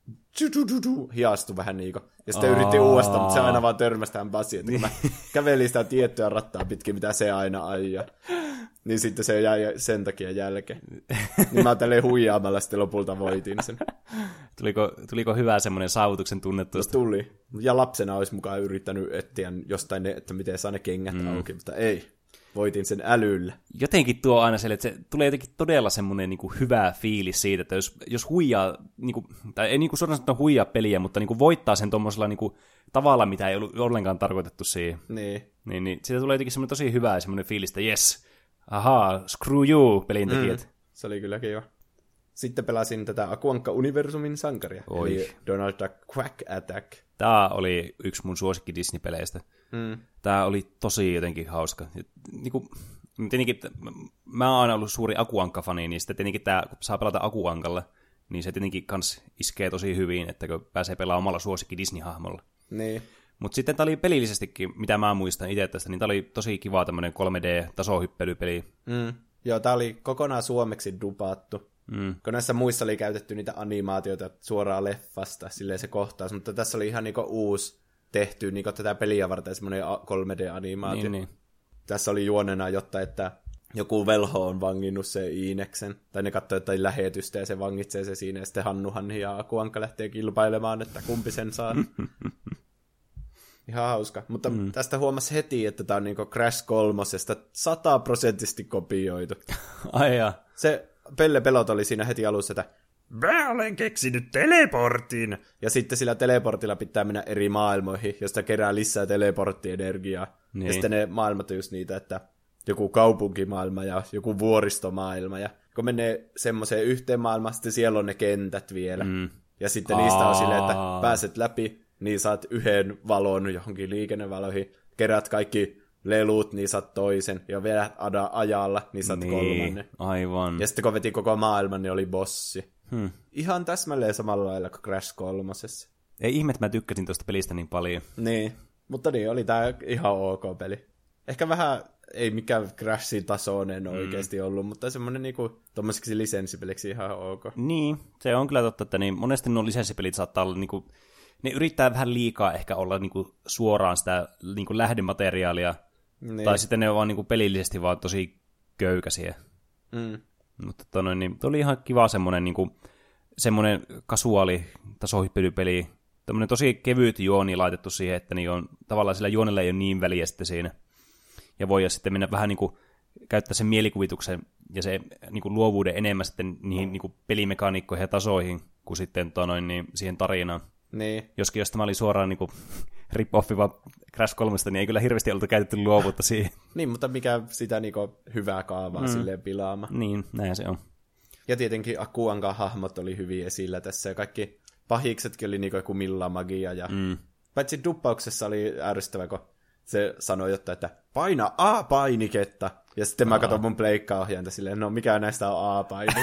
hiastui vähän niinku. Ja sitten yritti uudestaan, mutta se aina vaan törmäsi tähän basiin. Että kun mä kävelin sitä tiettyä rattaa pitkin, mitä se aina ajaa. Niin sitten se jäi sen takia jälkeen. Niin mä tälleen huijaamalla sitten lopulta voitin sen. Tuliko hyvä semmoinen saavutuksen tunne tuosta? Tuli. Ja lapsena olisi mukaan yrittänyt etsiä jostain, että miten saa ne kengät auki, mutta ei. Voitin sen älyllä. Jotenkin tuo aina sille, että se tulee jotenkin todella semmoinen niin kuin hyvä fiilis siitä, että jos huijaa, niin kuin, tai ei niin kuin suoraan sanottuna huijaa peliä, mutta niin kuin voittaa sen tuommoisella niin kuin tavalla, mitä ei ollut ollenkaan tarkoitettu siihen. Niin siitä tulee jotenkin semmoinen tosi hyvä semmoinen fiilis, että yes, ahaa, screw you, pelintekijät. Se oli kyllä kiva. Sitten pelasin tätä Aku Ankka-universumin sankaria, eli Donald Duck Quack Attack. Tämä oli yksi mun suosikki Disney-peleistä. Tämä oli tosi jotenkin hauska. Tietenkin, mä oon aina ollut suuri Aku Ankka-fani, niin sitten tietenkin tämä, kun saa pelata Aku Ankalla, niin se tietenkin kans iskee tosi hyvin, että kun pääsee pelaamaan omalla suosikki Disney-hahmolla. Niin. Mutta sitten tämä oli pelillisestikin, mitä mä muistan itse tästä, niin tämä oli tosi kiva tämmöinen 3D-tasohyppelypeli. Joo, tämä oli kokonaan suomeksi dupattu. Kun näissä muissa oli käytetty niitä animaatioita suoraan leffasta, silleen se kohtaus, mutta tässä oli ihan niinku uusi tehty niinku tätä peliä varten semmoinen 3D-animaatio. Niin. Tässä oli juonena, jotta että joku velho on vanginnut se Iineksen, tai ne katsoo jotain lähetystä ja se vangitsee se siinä, ja sitten Hannu ja Aku Ankka lähtee kilpailemaan, että kumpi sen saa. Ihan hauska. Mutta tästä huomasi heti, että tämä on niinku Crash 3:sta 100% kopioitu. Ai ja. Se Pelle Pelot oli siinä heti alussa, että mä olen keksinyt teleportin. Ja sitten sillä teleportilla pitää mennä eri maailmoihin, josta kerää lisää teleporttienergiaa. Niin. Ja sitten ne maailmat on just niitä, että joku kaupunkimaailma ja joku vuoristomaailma. Ja kun menee semmoiseen yhteen maailmaan, sitten siellä on ne kentät vielä. Ja sitten niistä on silleen, että pääset läpi, niin saat yhden valon johonkin liikennevaloihin. Kerät kaikki lelut, niin saat toisen. Ja vielä ajalla, niin saat kolmannen. Aivan. Ja sitten kun veti koko maailman, niin oli bossi. Ihan täsmälleen samalla lailla kuin Crash 3:ssa. Ei ihme, että mä tykkäsin tuosta pelistä niin paljon. Niin, mutta niin, oli tää ihan ok peli. Ehkä vähän, ei mikään Crashin tasoinen oikeasti ollut, mutta semmoinen niinku tommoseksi lisenssipeliksi ihan ok. Niin, se on kyllä totta, että niin monesti nuo lisenssipelit saattaa olla niinku, ne yrittää vähän liikaa ehkä olla niinku suoraan sitä niinku lähdemateriaalia, niin. Tai sitten ne on vaan niinku pelillisesti vaan tosi köykäisiä. Mutta niin, oli ihan kiva semmoinen niinku, semmoinen kasuaali tasohyppelypeli, tämmöinen tosi kevyt juoni laitettu siihen, että niin on, tavallaan sillä juonella ei ole niin väliä sitten siinä. Ja voi sitten mennä vähän niinku, käyttää sen mielikuvituksen ja se niinku, luovuuden enemmän sitten niihin niinku, pelimekaniikkoihin ja tasoihin, kuin sitten niin, siihen tarinaan. Niin. Joskin jos tämä oli suoraan niinku, rip-offi vaan Crash 3, niin ei kyllä hirveästi ollut käytetty luovuutta siihen. Niin, mutta mikä sitä niinku, hyvää kaavaa silleen pilaama. Niin, näin se on. Ja tietenkin Aku Ankan hahmot oli hyvin esillä tässä, ja kaikki pahiksetkin oli niinku joku Milla Magia. Ja paitsi duppauksessa oli ärsyttävä, kun se sanoi jotain, että paina A-painiketta. Ja sitten mä katson mun pleikkaohjainta silleen, no mikä näistä on A-painike?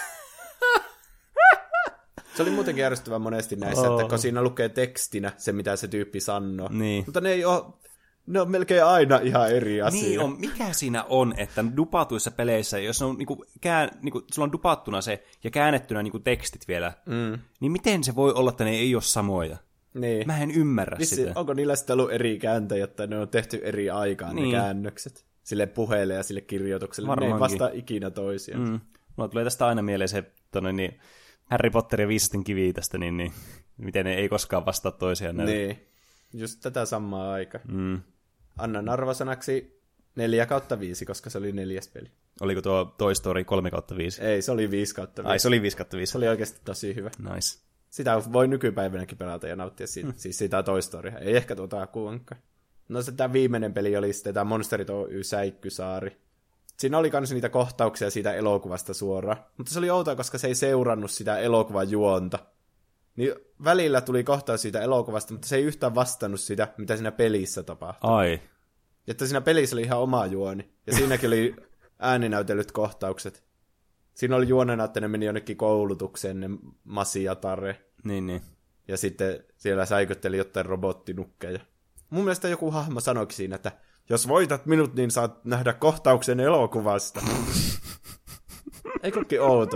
Se oli muutenkin ärsyttävä monesti näissä, että kun siinä lukee tekstinä se, mitä se tyyppi sanoo. Niin. Mutta ne on melkein aina ihan eri asia. Niin on. Mikä siinä on, että dupatuissa peleissä, jos on sulla on dupattuna se ja käännettynä tekstit vielä, niin miten se voi olla, että ne ei ole samoja? Niin. Mä en ymmärrä sitä. Onko niillä sitten ollut eri kääntäjä, jotta ne on tehty eri aikaan ne käännökset? Sille puheelle ja sille kirjoitukselle. Varmaankin. Ne ei vastaa ikinä toisiaan. Mulla tulee tästä aina mieleen se Harry Potter ja Viisasten kivi tästä, niin miten ne ei koskaan vastaa toisiaan. Niin, just tätä samaa aikaa. Annan arvosanaksi 4/5, koska se oli 4. peli. Oliko tuo Toy Story 3/5? Ei, se oli 5/5. Ai, se oli 5/5. Se oli oikeasti tosi hyvä. Nice. Sitä voi nykypäivänäkin pelata ja nauttia siitä, siis sitä Toy Storya. Ei ehkä tuota Aku Ankkaa. No se tämä viimeinen peli oli sitten tämä Monsterit Oy Säikkysaari. Siinä oli myös niitä kohtauksia siitä elokuvasta suoraan. Mutta se oli outoa, koska se ei seurannut sitä elokuvan juonta. Niin välillä tuli kohtaus siitä elokuvasta, mutta se ei yhtään vastannut sitä, mitä siinä pelissä tapahtui. Ai. Että siinä pelissä oli ihan oma juoni. Ja siinäkin oli ääninäytellyt kohtaukset. Siinä oli juonena, että ne meni jonnekin koulutukseen, ne Masi ja Tare. Niin. Ja sitten siellä säikytteli jotain robottinukkeja. Mun mielestä joku hahmo sanoikin siinä, että jos voitat minut, niin saat nähdä kohtauksen elokuvasta. Eikökin outo.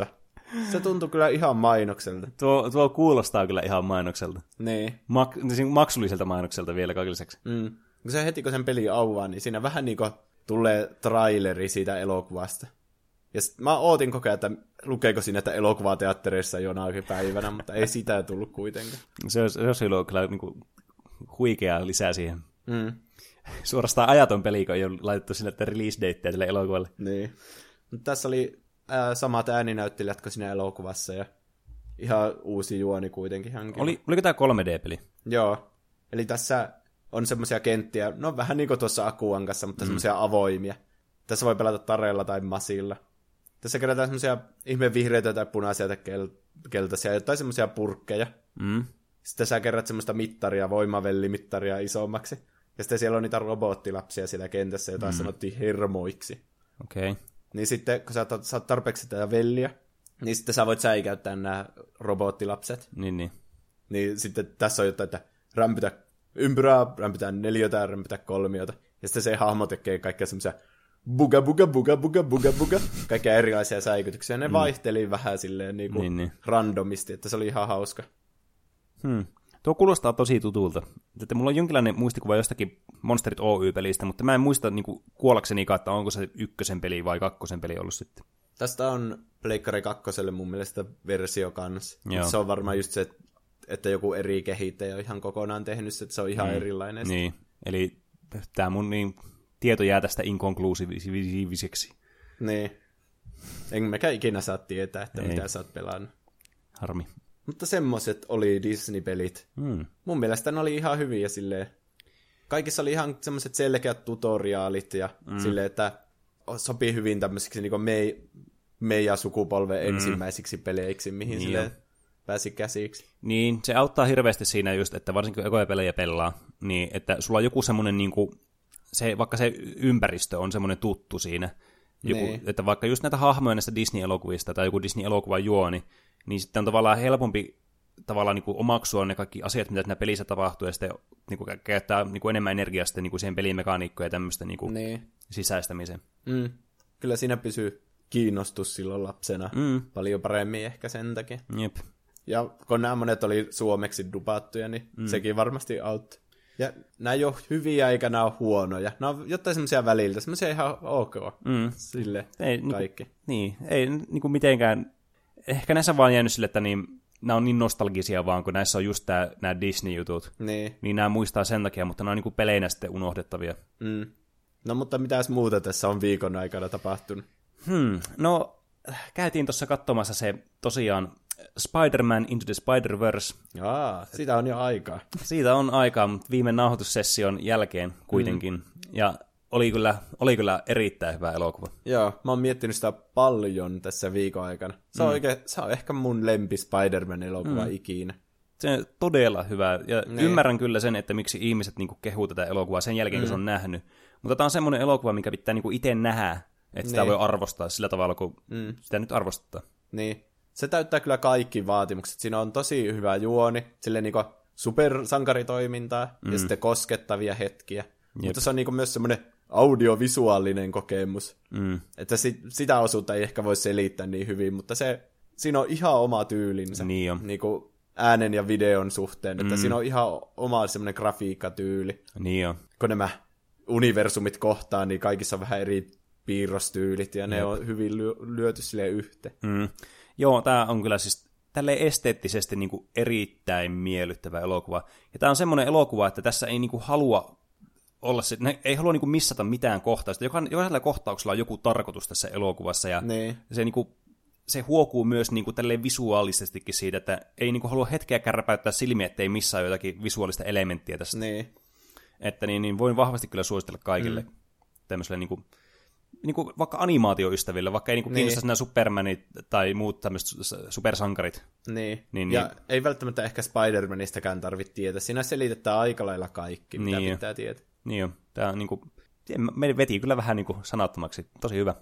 Se tuntui kyllä ihan mainokselta. Tuo kuulostaa kyllä ihan mainokselta. Niin. Maksulliselta mainokselta vielä kaiken lisäksi. Kun se heti kun sen peli avaa, niin siinä vähän niin kuin tulee traileri siitä elokuvasta. Ja mä ootin koko ajan, että lukeeko siinä, että elokuvateattereissa jonakin päivänä, mutta ei sitä tullut kuitenkaan. Se olisi ollut kyllä niin kuin huikeaa lisää siihen. Suorastaan ajaton peli, kun ei ole laitettu sinne release dateja tälle elokuvalle. Niin. Mutta tässä oli samat ääninäyttelijät kuin siinä elokuvassa ja ihan uusi juoni kuitenkin. Oliko tämä 3D-peli? Joo. Eli tässä on semmoisia kenttiä, no vähän niin kuin tuossa Akuankassa, mutta semmoisia avoimia. Tässä voi pelata tareella tai masilla. Tässä kerätään semmoisia ihme vihreitä tai punaisia tai keltaisia, jotain semmoisia purkkeja. Sitten sä kerrät semmoista mittaria, voimavellimittaria isommaksi. Ja sitten siellä on niitä robottilapsia siellä kentässä, joita sanottiin hermoiksi. Okei. Niin sitten, kun sä saat tarpeeksi tätä velliä, niin sitten sä voit säikäyttää nämä robottilapset. Niin. Niin sitten tässä on jotain, että rämpytä ympyrää, rämpytä neliötä, rämpytä kolmiota. Ja sitten se hahmo tekee kaikkea semmoisia buga, kaikkea erilaisia säikytyksiä. Ne vaihteli vähän silleen niin. Randomisti, että se oli ihan hauska. Tuo kuulostaa tosi tutulta. Että mulla on jonkinlainen muistikuva jostakin Monsterit Oy-pelistä, mutta mä en muista niin kuollaksenikaan, että onko se 1 peli vai 2 peli ollut sitten. Tästä on Pleikkari 2 mun mielestä versio kanssa. Se on varmaan just se, että joku eri kehittäjä on ihan kokonaan tehnyt se, että se on ihan erilainen. Niin, eli tämä mun tieto jää tästä inkonklusiiviseksi. Niin. En mekään ikinä saa tietää, että mitä sä oot pelannut. Harmi. Mutta semmoiset oli Disney-pelit. Mun mielestä ne oli ihan hyviä silleen. Kaikissa oli ihan semmoiset selkeät tutoriaalit ja silleen, että sopii hyvin tämmöisiksi niin meidän sukupolven ensimmäisiksi peleiksi, mihin silleen pääsi käsiksi. Niin, se auttaa hirveästi siinä just, että varsinkin kun ekoja pelejä pelaa, niin että sulla on joku semmoinen niinku, vaikka se ympäristö on semmoinen tuttu siinä, että vaikka just näitä hahmoja näistä Disney-elokuvista tai joku Disney-elokuvan juoni, niin sitten on tavallaan helpompi niin kuin omaksua ne kaikki asiat, mitä siinä pelissä tapahtuu, ja sitten niin kuin käyttää niin kuin enemmän energiaa sitten niin kuin siihen pelimekaniikkoon ja tämmöistä niin kuin sisäistämiseen. Kyllä siinä pysyy kiinnostus silloin lapsena paljon paremmin ehkä sen takia. Jep. Ja kun nämä monet oli suomeksi dubattuja, niin sekin varmasti auttoi. Ja nämä ei ole hyviä eikä nämä ole huonoja. Nämä on jotain semmoisia väliltä, semmoisia ihan ok. Sille kaikki. Ei niin kuin mitenkään. Ehkä näissä on vaan jäänyt sille, että nämä on niin nostalgisia vaan, kun näissä on just nämä Disney-jutut. Niin nämä muistaa sen takia, mutta nämä on niin kuin peleinä sitten unohdettavia. No mutta mitäs muuta tässä on viikon aikana tapahtunut? No, käytiin tuossa katsomassa se tosiaan Spider-Man Into the Spider-Verse. Siitä on jo aikaa. Siitä on aikaa, mutta viime nauhoitussession jälkeen kuitenkin. Ja oli kyllä erittäin hyvä elokuva. Joo, mä oon miettinyt sitä paljon tässä viikon aikana. Se on ehkä mun lempi Spider-Man-elokuva ikinä. Se on todella hyvä, ja ymmärrän kyllä sen, että miksi ihmiset niinku kehuu tätä elokuvaa sen jälkeen, kun se on nähnyt. Mutta tämä on semmoinen elokuva, mikä pitää niinku itse nähdä, että sitä voi arvostaa sillä tavalla, kun sitä nyt arvostaa. Niin. Se täyttää kyllä kaikki vaatimukset. Siinä on tosi hyvä juoni, silleen niinku supersankaritoimintaa, ja sitten koskettavia hetkiä. Mutta se on niinku myös semmoinen audiovisuaalinen kokemus. Että sitä osuutta ei ehkä voi selittää niin hyvin, mutta siinä on ihan oma tyylinsä. Niin on. Niinku äänen ja videon suhteen, että siinä on ihan oma semmoinen grafiikkatyyli. Niin on. Kun nämä universumit kohtaa, niin kaikissa on vähän eri piirrostyylit, ja ne on hyvin lyöty silleen yhteen. Joo, tämä on kyllä siis tälleen esteettisesti niin kuin erittäin miellyttävä elokuva. Ja tämä on semmoinen elokuva, että tässä ei niin kuin halua olla se, ei halua niin kuin missata mitään kohtausta. Jokaisella kohtauksella on joku tarkoitus tässä elokuvassa, ja se, niin kuin, se huokuu myös niin kuin tälleen visuaalisestikin siitä, että ei niin kuin halua hetkeä kärpäyttää silmiä, ettei missaa jotakin visuaalista elementtiä tästä. Että niin voin vahvasti kyllä suositella kaikille tämmöiselle niin kuin vaikka animaatioystäville, vaikka ei niin kuin kiinnostaisi nämä Supermanit tai muut tämmöiset supersankarit. Niin. Ja ei välttämättä ehkä Spider-Manistäkään tarvitse tietää. Siinä selitetään aika lailla kaikki, mitä pitää tietää. Niin jo. Tämä on niin kuin, me veti kyllä vähän niin kuin sanattomaksi. Tosi hyvä.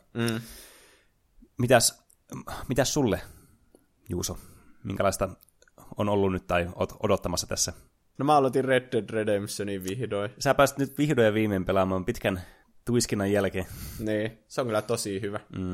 Mitäs sulle, Juuso? Minkälaista on ollut nyt tai oot odottamassa tässä? No mä aloitin Red Dead Redemptionin vihdoin. Sä pääsit nyt vihdoin ja viimein pelaamaan pitkän tuiskinnan jälkeen. Niin, se on kyllä tosi hyvä.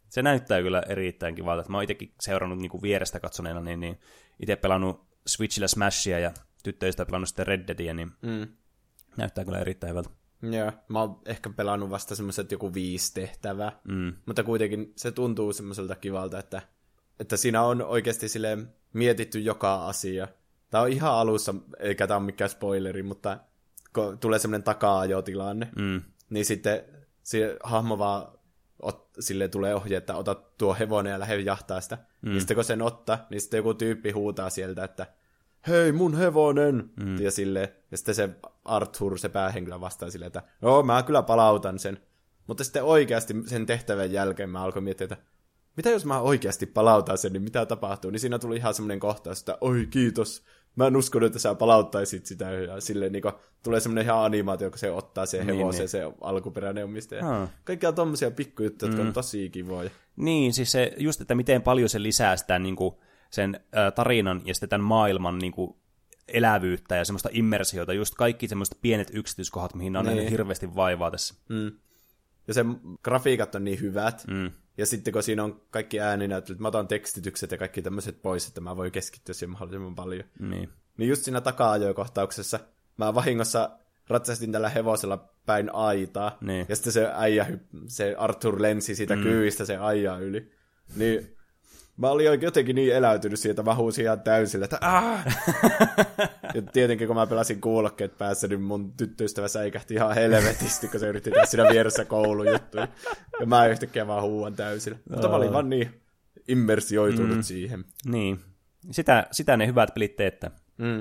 Se näyttää kyllä erittäin kivalta. Mä oon itsekin seurannut niin kuin vierestä katsoneena, niin itse pelannut Switchillä Smashia ja tyttöistä pelannut sitten Red Deadia, niin näyttää kyllä erittäin hyvältä. Joo, mä oon ehkä pelannut vasta semmoiset joku 5 tehtävää, mutta kuitenkin se tuntuu semmoiselta kivalta, että siinä on oikeasti silleen mietitty joka asia. Tää on ihan alussa, eikä tää ole mikään spoileri, mutta kun tulee semmoinen taka-ajotilanne, niin sitten se hahmo vaan silleen tulee ohje, että ota tuo hevonen ja lähde jahtaa sitä. Ja sitten kun sen ottaa, niin sitten joku tyyppi huutaa sieltä, että hei, mun hevonen! Ja sitten se Arthur, se päähenkilö vastaa silleen, että joo, mä kyllä palautan sen. Mutta sitten oikeasti sen tehtävän jälkeen mä alkoin miettiä, että mitä jos mä oikeasti palautan sen, niin mitä tapahtuu? Niin siinä tuli ihan semmoinen kohtaus, että oi kiitos, mä en uskonut, että sä palauttaisit sitä. Ja silleen niin tulee semmoinen ihan animaatio, kun se ottaa sen hevosen, se alkuperäinen omistaja. Kaikkia tommosia pikkujuttuja, jotka on tosi kivoja. Niin, siis se, just, että miten paljon se lisää sitä niin kuin sen tarinan ja sitten tämän maailman niin kuin elävyyttä ja semmoista immersiota, just kaikki semmoista pienet yksityiskohdat, mihin on nähnyt hirveästi vaivaa tässä. Ja se grafiikat on niin hyvät, ja sitten kun siinä on kaikki ääninäyttelyt, mä otan tekstitykset ja kaikki tämmöiset pois, että mä voin keskittyä siihen mahdollisimman paljon. Niin just siinä taka-ajokohtauksessa mä vahingossa ratsastin tällä hevosella päin aitaa, ja sitten se Arthur lensi siitä kyyistä sen aijan yli. Niin mä olin jotenkin niin eläytynyt siitä, mä huusin ihan täysillä, että Ja tietenkin, kun mä pelasin kuulokkeet päässä, niin mun tyttöystävä säikähti ihan helvetisti, kun se yritti tehdä siinä vieressä koulujuttuja. Ja mä yhtäkkiä vaan huuan täysillä. Mutta mä olin vaan niin immersioitunut siihen. Niin. Sitä ne hyvät pelit teettää.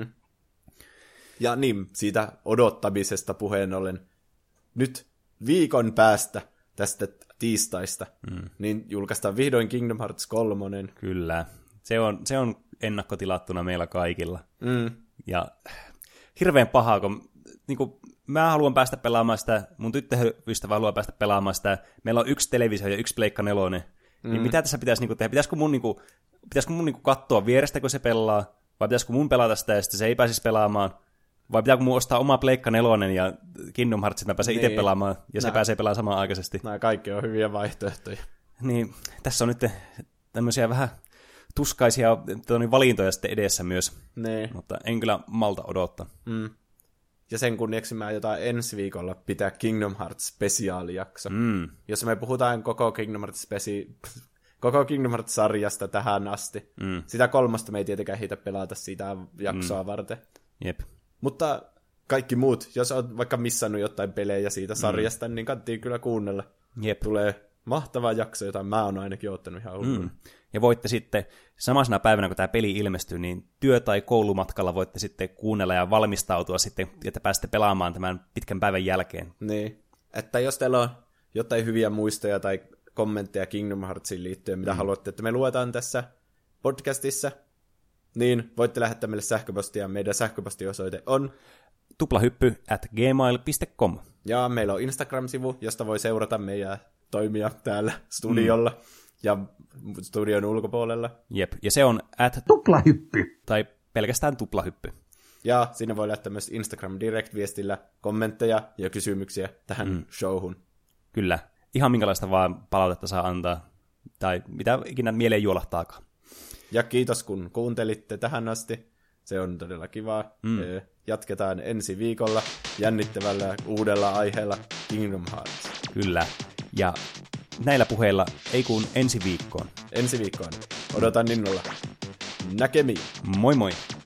Ja niin, siitä odottamisesta puheen ollen. Nyt viikon päästä tästä tiistaista, niin julkaistaan vihdoin Kingdom Hearts 3. Kyllä. Se on ennakkotilattuna meillä kaikilla. Ja hirveän pahaa, kun niinku, mä haluan päästä pelaamaan sitä, mun tyttöystävä haluaa päästä pelaamaan sitä, meillä on 1 televisio ja 1 Pleikka 4, niin mitä tässä pitäisi niinku tehdä? Pitäisikö mun katsoa vierestä, kun se pelaa, vai pitäisikö mun pelata sitä ja sitten se ei pääsisi pelaamaan, vai pitääkö mun ostaa oma Pleikka 4 ja Kingdom Hearts, että mä pääsen itse pelaamaan ja se pääsee pelaamaan samaan aikaisesti? Nämä kaikki on hyviä vaihtoehtoja. Niin, tässä on nyt tämmöisiä vähän tuskaisia valintoja sitten edessä myös, mutta en kyllä malta odottaa. Ja sen kunniaksi mä jotain ensi viikolla pitää Kingdom Hearts-spesiaalijakso. Jos me puhutaan koko Kingdom Hearts-sarjasta tähän asti. Sitä 3 me ei tietenkään ehitä pelata sitä jaksoa varten. Jep. Mutta kaikki muut, jos olet vaikka missannut jotain pelejä siitä sarjasta, niin kannattaa kyllä kuunnella. Jep. Tulee mahtava jakso, jota mä oon ainakin ottanut ihan hulluna. Ja voitte sitten, samaisena päivänä kun tämä peli ilmestyy, niin työ- tai koulumatkalla voitte sitten kuunnella ja valmistautua sitten, että pääsette pelaamaan tämän pitkän päivän jälkeen. Niin, että jos teillä on jotain hyviä muistoja tai kommentteja Kingdom Heartsiin liittyen, mitä haluatte, että me luetaan tässä podcastissa, niin voitte lähettää meille sähköpostia. Meidän sähköpostiosoite on tuplahyppy@gmail.com. Ja meillä on Instagram-sivu, josta voi seurata meidän toimia täällä studiolla ja studion ulkopuolella. Jep, ja se on @tuplahyppy tai pelkästään tuplahyppy. Ja sinne voi laittaa myös Instagram Direct-viestillä kommentteja ja kysymyksiä tähän showhun. Kyllä, ihan minkälaista vaan palautetta saa antaa, tai mitä ikinä mieleen juolahtaakaan. Ja kiitos kun kuuntelitte tähän asti. Se on todella kivaa. Jatketaan ensi viikolla jännittävällä uudella aiheella Kingdom Hearts. Kyllä. Ja näillä puheilla ei kun ensi viikkoon. Ensi viikkoon. Odotan innolla. Näkemiin. Moi moi.